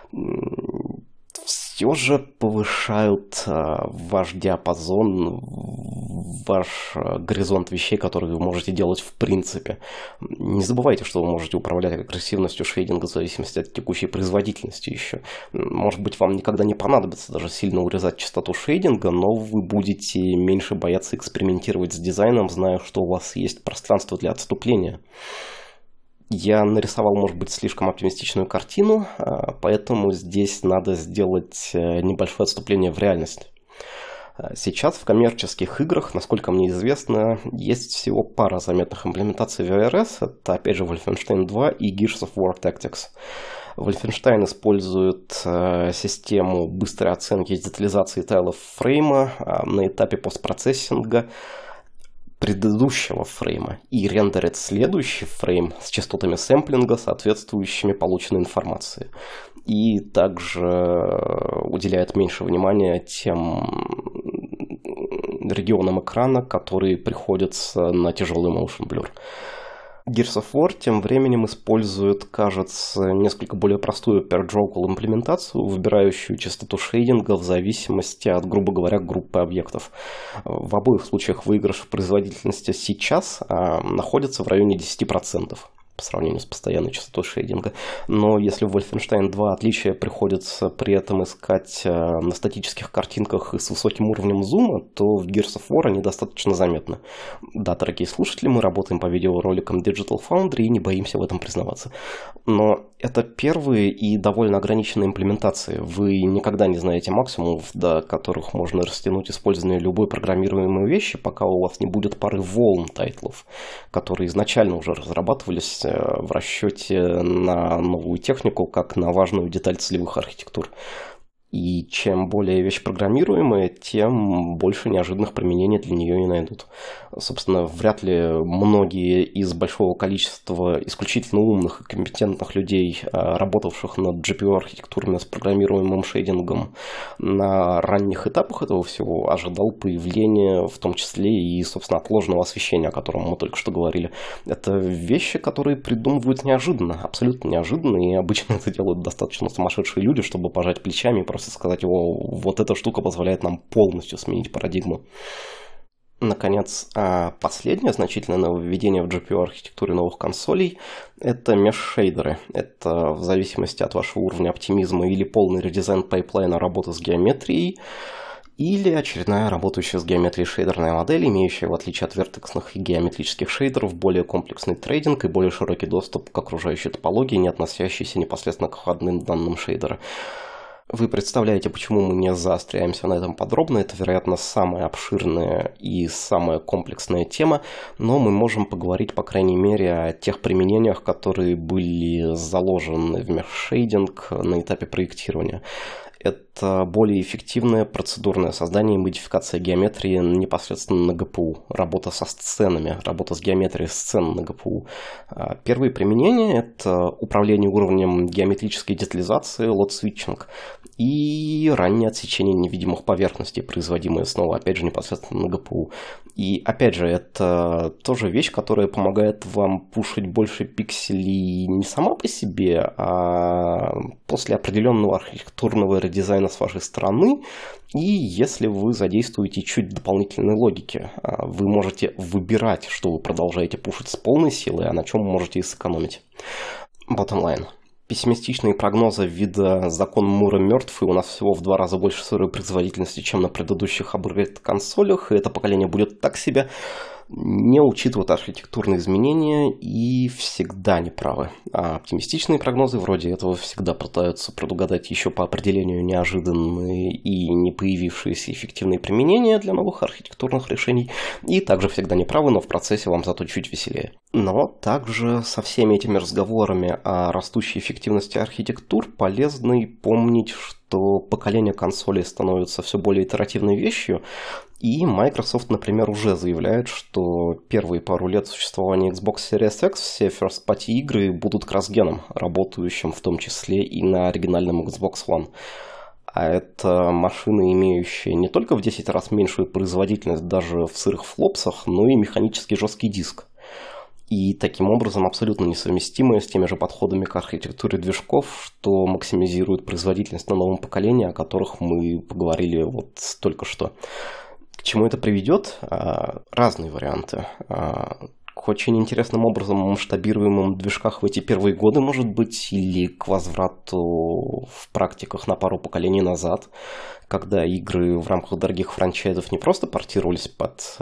Speaker 1: все же повышают ваш диапазон, ваш горизонт вещей, которые вы можете делать в принципе. Не забывайте, что вы можете управлять агрессивностью шейдинга в зависимости от текущей производительности еще. Может быть, вам никогда не понадобится даже сильно урезать частоту шейдинга, но вы будете меньше бояться экспериментировать с дизайном, зная, что у вас есть пространство для отступления. Я нарисовал, может быть, слишком оптимистичную картину, поэтому здесь надо сделать небольшое отступление в реальность. Сейчас в коммерческих играх, насколько мне известно, есть всего пара заметных имплементаций VRS. Это, опять же, Wolfenstein 2 и Gears of War Tactics. Wolfenstein использует систему быстрой оценки и детализации тайлов фрейма на этапе постпроцессинга предыдущего фрейма и рендерит следующий фрейм с частотами сэмплинга, соответствующими полученной информации. И также уделяет меньше внимания тем регионам экрана, которые приходятся на тяжелый motion blur. Gears of War тем временем использует, кажется, несколько более простую per-jokel имплементацию, выбирающую частоту шейдинга в зависимости от, грубо говоря, группы объектов. В обоих случаях выигрыш в производительности сейчас находится в районе 10%. По сравнению с постоянной частотой шейдинга. Но если в Wolfenstein 2 отличия приходится при этом искать на статических картинках и с высоким уровнем зума, то в Gears of War они достаточно заметны. Да, дорогие слушатели, мы работаем по видеороликам Digital Foundry и не боимся в этом признаваться. Но это первые и довольно ограниченные имплементации. Вы никогда не знаете максимумов, до которых можно растянуть использование любой программируемой вещи, пока у вас не будет пары волн тайтлов, которые изначально уже разрабатывались в расчете на новую технику, как на важную деталь целевых архитектур. И чем более вещь программируемая, тем больше неожиданных применений для нее и найдут. Собственно, вряд ли многие из большого количества исключительно умных и компетентных людей, работавших над GPU-архитектурами с программируемым шейдингом на ранних этапах этого всего, ожидал появления, в том числе и, собственно, отложенного освещения, о котором мы только что говорили. Это вещи, которые придумывают неожиданно, абсолютно неожиданно, и обычно это делают достаточно сумасшедшие люди, чтобы пожать плечами и просто сказать: о, вот эта штука позволяет нам полностью сменить парадигму. Наконец, последнее значительное нововведение в GPU-архитектуре новых консолей – это меш-шейдеры. Это в зависимости от вашего уровня оптимизма или полный редизайн пайплайна работы с геометрией, или очередная работающая с геометрией шейдерная модель, имеющая, в отличие от вертексных и геометрических шейдеров, более комплексный трейдинг и более широкий доступ к окружающей топологии, не относящейся непосредственно к входным данным шейдера. Вы представляете, почему мы не заостряемся на этом подробно. Это, вероятно, самая обширная и самая комплексная тема, но мы можем поговорить, по крайней мере, о тех применениях, которые были заложены в меш-шейдинг на этапе проектирования. Это более эффективное процедурное создание и модификация геометрии непосредственно на ГПУ. Работа со сценами, работа с геометрией сцен на ГПУ. Первые применения – это управление уровнем геометрической детализации, лот-свитчинг, и раннее отсечение невидимых поверхностей, производимое снова, опять же, непосредственно на ГПУ. И, опять же, это тоже вещь, которая помогает вам пушить больше пикселей не сама по себе, а после определенного архитектурного редизайна с вашей стороны. И если вы задействуете чуть дополнительной логики, вы можете выбирать, что вы продолжаете пушить с полной силой, а на чем можете и сэкономить. Bottom line. Пессимистичные прогнозы вида «Закон Мура мертв», и у нас всего в 2 раза больше сырой производительности, чем на предыдущих апгрейд-консолях, и это поколение будет так себе, не учитывают архитектурные изменения и всегда неправы. А оптимистичные прогнозы вроде этого всегда пытаются предугадать еще по определению неожиданные и не появившиеся эффективные применения для новых архитектурных решений, и также всегда неправы, но в процессе вам зато чуть веселее. Но также со всеми этими разговорами о растущей эффективности архитектур полезно и помнить, что поколение консолей становится все более итеративной вещью, и Microsoft, например, уже заявляет, что первые пару лет существования Xbox Series X все first-party игры будут кросс-геном, работающим в том числе и на оригинальном Xbox One. А это машины, имеющие не только в 10 раз меньшую производительность даже в сырых флопсах, но и механически жесткий диск. И таким образом абсолютно несовместимые с теми же подходами к архитектуре движков, что максимизирует производительность на новом поколении, о которых мы поговорили вот только что. К чему это приведет? Разные варианты. очень интересным образом масштабируемым движках в эти первые годы, может быть, или к возврату в практиках на пару поколений назад, когда игры в рамках дорогих франчайзов не просто портировались под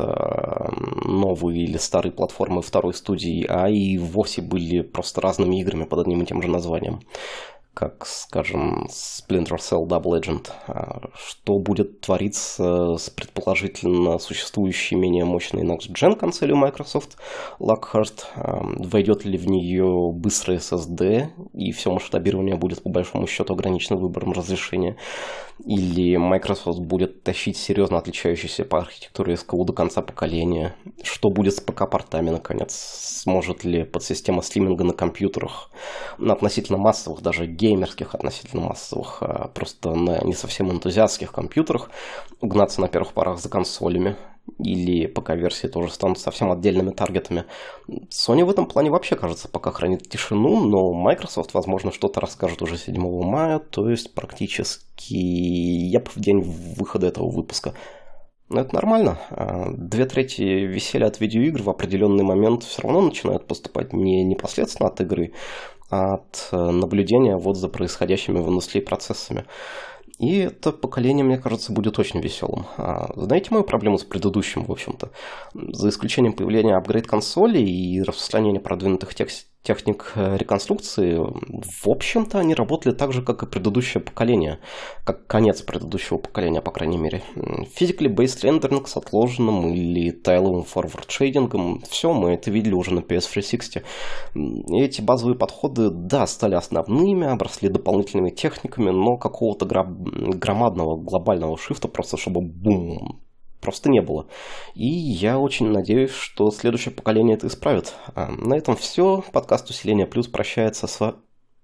Speaker 1: новые или старые платформы второй студии, а и вовсе были просто разными играми под одним и тем же названием. Как, скажем, Splinter Cell Double Agent. Что будет твориться с предположительно существующей менее мощной Next-Gen консолью Microsoft Lockhart? Войдет ли в нее быстрый SSD, и все масштабирование будет по большому счету ограничено выбором разрешения? Или Microsoft будет тащить серьезно отличающийся по архитектуре SKU до конца поколения? Что будет с ПК-портами, наконец? Сможет ли подсистема стриминга на компьютерах, на относительно массовых, даже геймерских относительно массовых, просто на не совсем энтузиастских компьютерах угнаться на первых порах за консолями? Или ПК-версии тоже станут совсем отдельными таргетами. Sony в этом плане вообще, кажется, пока хранит тишину, но Microsoft, возможно, что-то расскажет уже 7 мая, то есть практически в день выхода этого выпуска. Но это нормально. 2/3 веселья от видеоигр в определенный момент все равно начинают поступать не непосредственно от игры, а от наблюдения за происходящими в индустрии процессами. И это поколение, мне кажется, будет очень веселым. Знаете мою проблему с предыдущим, в общем-то? За исключением появления апгрейд-консолей и распространения продвинутых техник реконструкции, в общем-то, они работали так же, как и предыдущее поколение. Как конец предыдущего поколения, по крайней мере. Physically based rendering с отложенным или тайловым форвард-шейдингом. Все, мы это видели уже на PS360. И эти базовые подходы, да, стали основными, обросли дополнительными техниками, но какого-то громадного глобального шифта, просто чтобы бум, просто не было. И я очень надеюсь, что следующее поколение это исправит. На этом все. Подкаст «Усиление плюс» прощается с вами.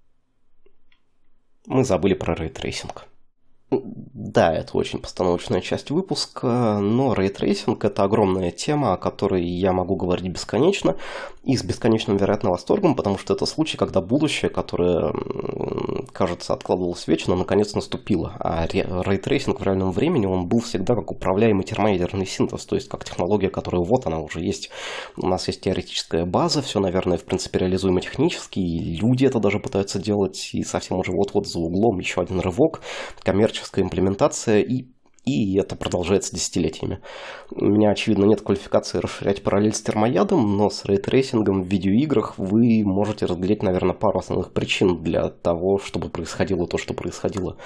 Speaker 1: Мы забыли про рейтрейсинг. Да, это очень постановочная часть выпуска, но рейтрейсинг — это огромная тема, о которой я могу говорить бесконечно и с бесконечным, вероятно, восторгом, потому что это случай, когда будущее, которое, кажется, откладывалось вечно, наконец наступило. А рейтрейсинг в реальном времени, он был всегда как управляемый термоядерный синтез, то есть как технология, которая она уже есть. У нас есть теоретическая база, все, наверное, в принципе реализуемо технически, и люди это даже пытаются делать, и совсем уже вот-вот за углом еще один рывок, коммерческая имплементация, и это продолжается десятилетиями. У меня, очевидно, нет квалификации расширять параллель с термоядом, но с рейтрейсингом в видеоиграх вы можете разглядеть, наверное, пару основных причин для того, чтобы происходило то, что происходило.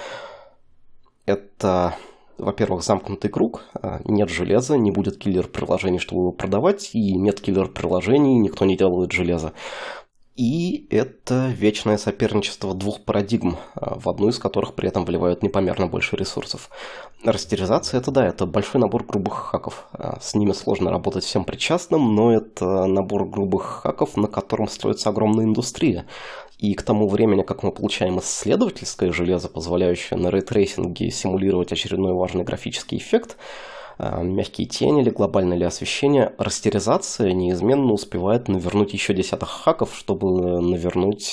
Speaker 1: Это, во-первых, замкнутый круг. Нет железа, не будет киллер-приложений, чтобы его продавать, и нет киллер-приложений, никто не делает железо. И это вечное соперничество двух парадигм, в одну из которых при этом вливают непомерно больше ресурсов. Растеризация — это да, это большой набор грубых хаков. С ними сложно работать всем причастным, но это набор грубых хаков, на котором строится огромная индустрия. И к тому времени, как мы получаем исследовательское железо, позволяющее на рейтрейсинге симулировать очередной важный графический эффект, мягкие тени или глобальное ли освещение, растеризация неизменно успевает навернуть еще десяток хаков, чтобы навернуть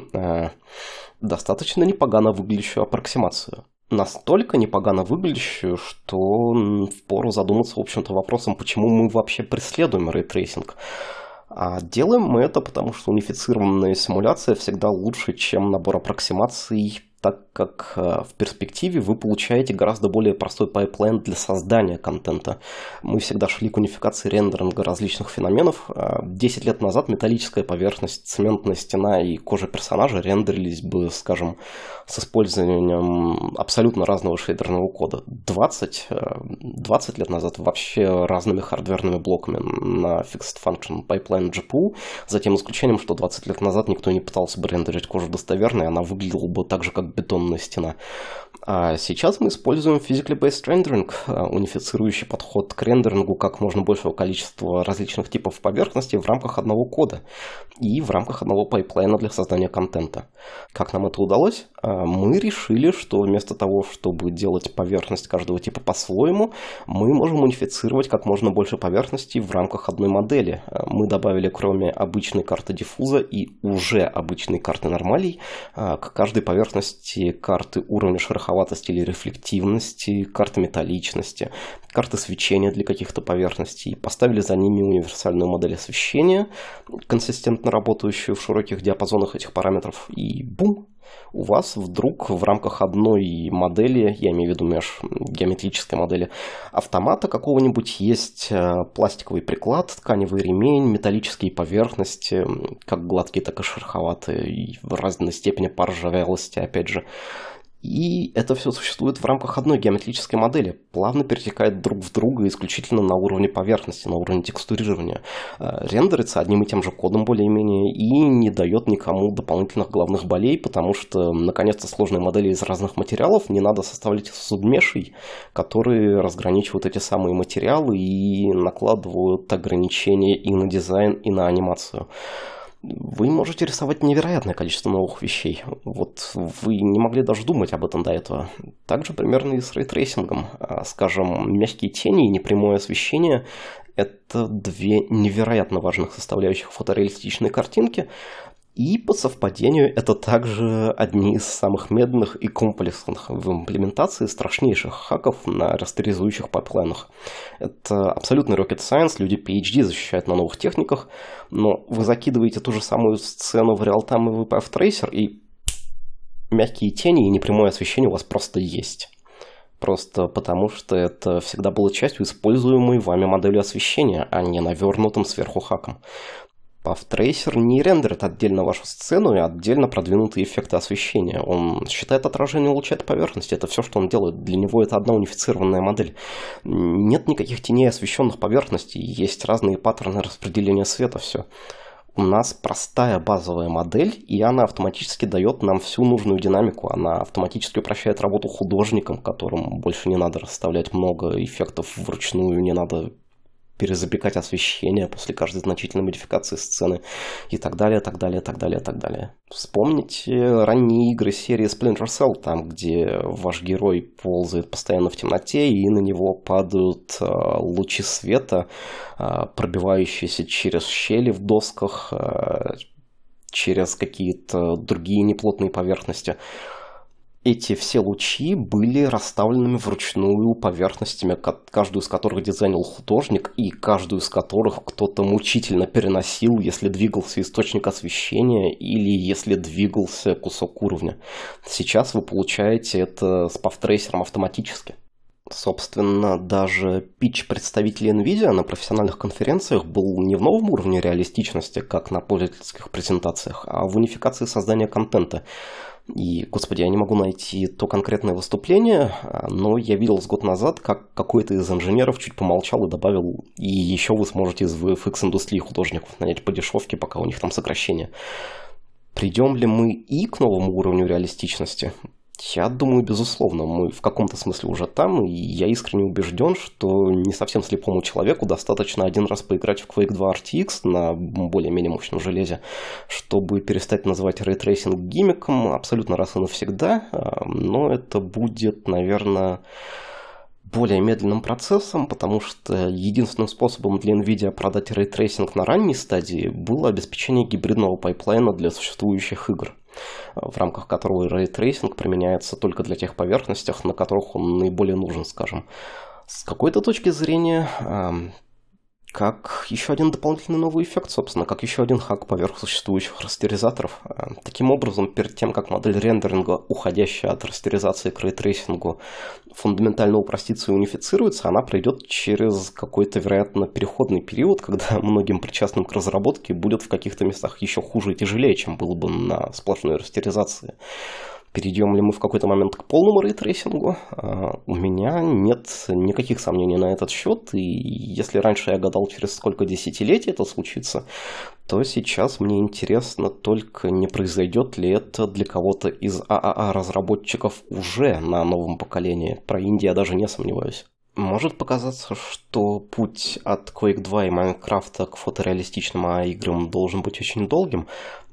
Speaker 1: достаточно непогано выглядящую аппроксимацию. Настолько непогано выглядящую, что впору задуматься, в общем-то, вопросом, почему мы вообще преследуем рейтрейсинг. А делаем мы это потому, что унифицированная симуляция всегда лучше, чем набор аппроксимаций, так как в перспективе вы получаете гораздо более простой пайплайн для создания контента. Мы всегда шли к унификации рендеринга различных феноменов. 10 лет назад металлическая поверхность, цементная стена и кожа персонажа рендерились бы, скажем, с использованием абсолютно разного шейдерного кода. 20 лет назад вообще разными хардверными блоками на Fixed Function Pipeline GPU, за тем исключением, что 20 лет назад никто не пытался бы рендерить кожу достоверно, и она выглядела бы так же, как бетонная стена. А сейчас мы используем Physically Based Rendering, унифицирующий подход к рендерингу как можно большего количества различных типов поверхности в рамках одного кода и в рамках одного пайплайна для создания контента. Как нам это удалось? мы решили, что вместо того, чтобы делать поверхность каждого типа по-своему, мы можем унифицировать как можно больше поверхностей в рамках одной модели. Мы добавили, кроме обычной карты диффуза и уже обычной карты нормалей, к каждой поверхности карты уровня шероховатости или рефлективности, карты металличности, карты свечения для каких-то поверхностей. Поставили за ними универсальную модель освещения, консистентно работающую в широких диапазонах этих параметров, и бум! У вас вдруг в рамках одной модели, я имею в виду геометрической модели автомата какого-нибудь, есть пластиковый приклад, тканевый ремень, металлические поверхности, как гладкие, так и шероховатые, и в разной степени поржавелости, опять же. И это все существует в рамках одной геометрической модели, плавно перетекает друг в друга исключительно на уровне поверхности, на уровне текстурирования. Рендерится одним и тем же кодом более-менее и не дает никому дополнительных головных болей, потому что, наконец-то, сложные модели из разных материалов не надо составлять субмешей, которые разграничивают эти самые материалы и накладывают ограничения и на дизайн, и на анимацию. Вы можете рисовать невероятное количество новых вещей. Вот вы не могли даже думать об этом до этого. Также примерно и с рейтрейсингом. Скажем, мягкие тени и непрямое освещение – это две невероятно важных составляющих фотореалистичной картинки. И по совпадению это также одни из самых медленных и комплексных в имплементации страшнейших хаков на растеризующих пайплайнах. Это абсолютный rocket science, люди PhD защищают на новых техниках, но вы закидываете ту же самую сцену в реал-тайм и в Path Tracer, и мягкие тени и непрямое освещение у вас просто есть. Просто потому, что это всегда было частью используемой вами модели освещения, а не навернутым сверху хаком. Path Tracer не рендерит отдельно вашу сцену и отдельно продвинутые эффекты освещения. Он считает отражение луча от поверхности. Это все, что он делает. Для него это одна унифицированная модель. Нет никаких теней освещенных поверхностей. Есть разные паттерны распределения света. Все. У нас простая базовая модель, и она автоматически дает нам всю нужную динамику. Она автоматически упрощает работу художникам, которым больше не надо расставлять много эффектов вручную, не надо перезапекать освещение после каждой значительной модификации сцены и так далее, так далее, так далее, так далее. Вспомните ранние игры серии Splinter Cell, там, где ваш герой ползает постоянно в темноте, и на него падают лучи света, пробивающиеся через щели в досках, через какие-то другие неплотные поверхности. Эти все лучи были расставленными вручную поверхностями, каждую из которых дизайнил художник, и каждую из которых кто-то мучительно переносил, если двигался источник освещения или если двигался кусок уровня. Сейчас вы получаете это с Path Tracer автоматически. Собственно, даже питч представителей NVIDIA на профессиональных конференциях был не в новом уровне реалистичности, как на пользовательских презентациях, а в унификации создания контента. И, господи, я не могу найти то конкретное выступление, но я видел с год назад, как какой-то из инженеров чуть помолчал и добавил: и еще вы сможете из VFX-индустрии художников нанять по дешевке, пока у них там сокращение. Придем ли мы и к новому уровню реалистичности? Я думаю, безусловно, мы в каком-то смысле уже там, и я искренне убежден, что не совсем слепому человеку достаточно один раз поиграть в Quake 2 RTX на более-менее мощном железе, чтобы перестать называть рейтрейсинг гиммиком абсолютно раз и навсегда, но это будет, наверное, более медленным процессом, потому что единственным способом для NVIDIA продать рейтрейсинг на ранней стадии было обеспечение гибридного пайплайна для существующих игр, в рамках которого рейтрейсинг применяется только для тех поверхностей, на которых он наиболее нужен, скажем. С какой-то точки зрения, как еще один дополнительный новый эффект, собственно, как еще один хак поверх существующих растеризаторов. Таким образом, перед тем, как модель рендеринга, уходящая от растеризации к рейтрейсингу, фундаментально упростится и унифицируется, она пройдет через какой-то, вероятно, переходный период, когда многим причастным к разработке будет в каких-то местах еще хуже и тяжелее, чем было бы на сплошной растеризации. Перейдем ли мы в какой-то момент к полному рейтрейсингу? У меня нет никаких сомнений на этот счет, и если раньше я гадал, через сколько десятилетий это случится, то сейчас мне интересно только, не произойдет ли это для кого-то из ААА-разработчиков уже на новом поколении. Про Инди я даже не сомневаюсь. Может показаться, что путь от Quake 2 и Майнкрафта к фотореалистичным играм должен быть очень долгим,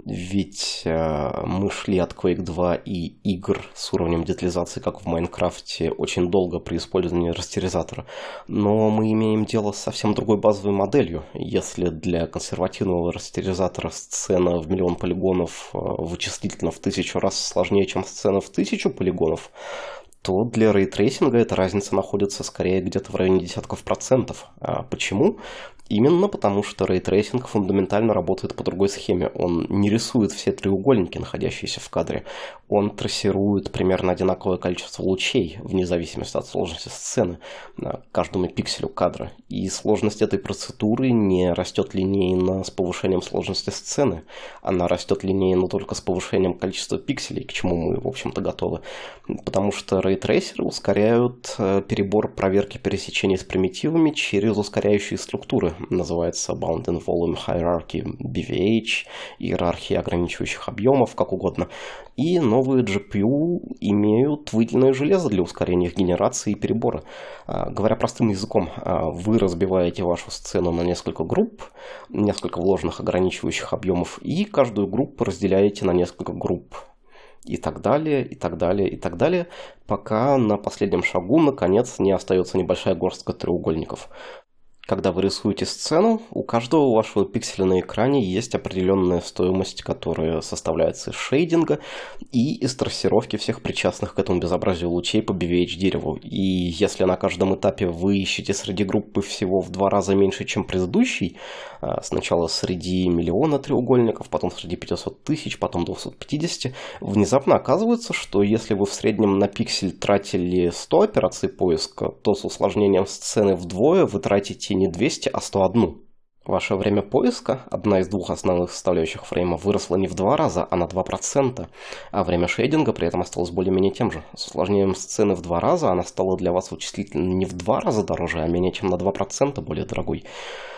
Speaker 1: ведь мы шли от Quake 2 и игр с уровнем детализации, как в Майнкрафте, очень долго при использовании растеризатора. Но мы имеем дело с совсем другой базовой моделью. Если для консервативного растеризатора сцена в 1 000 000 полигонов вычислительно в 1000 раз сложнее, чем сцена в 1000 полигонов, то для рейтрейсинга эта разница находится скорее где-то в районе десятков процентов. А почему? Именно потому, что рейтрейсинг фундаментально работает по другой схеме. Он не рисует все треугольники, находящиеся в кадре. Он трассирует примерно одинаковое количество лучей, вне зависимости от сложности сцены, каждому пикселю кадра. И сложность этой процедуры не растет линейно с повышением сложности сцены. Она растет линейно только с повышением количества пикселей, к чему мы, в общем-то, готовы. Потому что рейтрейсеры ускоряют перебор проверки пересечений с примитивами через ускоряющие структуры. Называется Bounding Volume Hierarchy, BVH, иерархия ограничивающих объемов, как угодно. И новые GPU имеют выделенное железо для ускорения их генерации и перебора. Говоря простым языком, вы разбиваете вашу сцену на несколько групп, несколько вложенных ограничивающих объемов, и каждую группу разделяете на несколько групп. И так далее, и так далее, и так далее, пока на последнем шагу, наконец, не остается небольшая горстка треугольников. Когда вы рисуете сцену, у каждого вашего пикселя на экране есть определенная стоимость, которая составляется из шейдинга и из трассировки всех причастных к этому безобразию лучей по BVH-дереву. И если на каждом этапе вы ищете среди группы всего в 2 раза меньше, чем предыдущий, сначала среди 1 000 000 треугольников, потом среди 500 тысяч, потом 250, внезапно оказывается, что если вы в среднем на пиксель тратили 100 операций поиска, то с усложнением сцены вдвое вы тратите не 200, а 101. Ваше время поиска, одна из 2 основных составляющих фрейма, выросла не в 2 раза, а на 2%, а время шейдинга при этом осталось более-менее тем же. С усложнением сцены в 2 раза она стала для вас вычислительно не в 2 раза дороже, а менее чем на 2% более дорогой.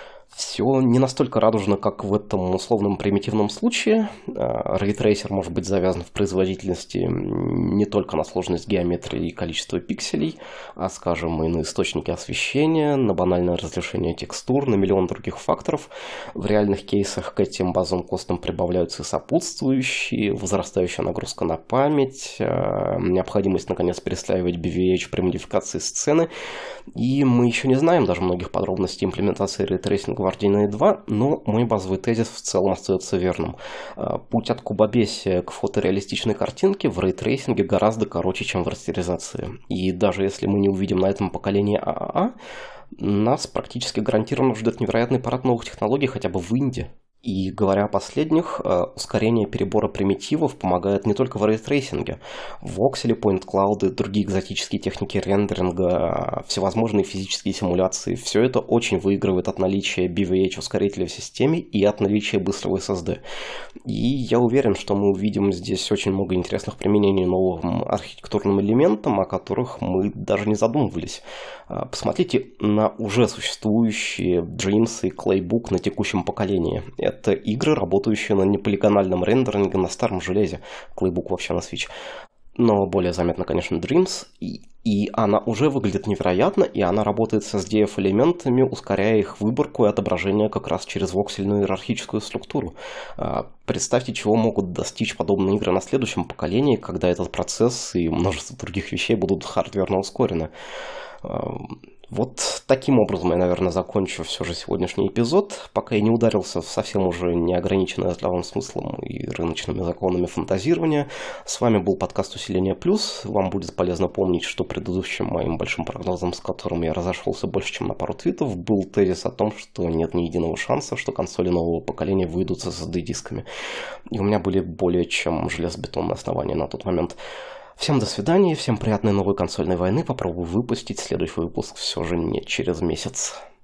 Speaker 1: Все не настолько радужно, как в этом условном примитивном случае. Рейтрейсер может быть завязан в производительности не только на сложность геометрии и количество пикселей, а, скажем, и на источники освещения, на банальное разрешение текстур, на миллион других факторов. В реальных кейсах к этим базовым костам прибавляются и сопутствующие, возрастающая нагрузка на память, необходимость, наконец, переслаивать BVH при модификации сцены. И мы еще не знаем даже многих подробностей имплементации рейтрейсинга в Arduino 2, но мой базовый тезис в целом остается верным. Путь от кубобесия к фотореалистичной картинке в рейтрейсинге гораздо короче, чем в растеризации. И даже если мы не увидим на этом поколении ААА, нас практически гарантированно ждет невероятный парад новых технологий хотя бы в Инди. И говоря о последних, ускорение перебора примитивов помогает не только в рейтрейсинге. Воксели, point cloud и другие экзотические техники рендеринга, всевозможные физические симуляции, все это очень выигрывает от наличия BVH-ускорителя в системе и от наличия быстрого SSD. И я уверен, что мы увидим здесь очень много интересных применений новым архитектурным элементам, о которых мы даже не задумывались. Посмотрите на уже существующие Dreams и Claybook на текущем поколении. Это игры, работающие на неполигональном рендеринге на старом железе. Claybook вообще на Switch. Но более заметно, конечно, Dreams. И она уже выглядит невероятно, и она работает с SDF-элементами, ускоряя их выборку и отображение как раз через воксельную иерархическую структуру. Представьте, чего могут достичь подобные игры на следующем поколении, когда этот процесс и множество других вещей будут хардверно ускорены. Вот таким образом я, наверное, закончу все же сегодняшний эпизод, пока я не ударился в совсем уже неограниченное здравым смыслом и рыночными законами фантазирования. С вами был подкаст «Усиление плюс». Вам будет полезно помнить, что предыдущим моим большим прогнозом, с которым я разошелся больше, чем на пару твитов, был тезис о том, что нет ни единого шанса, что консоли нового поколения выйдут с SSD-дисками. И у меня были более чем железобетонные основания на тот момент. Всем до свидания, всем приятной новой консольной войны. Попробую выпустить следующий выпуск все же не через месяц.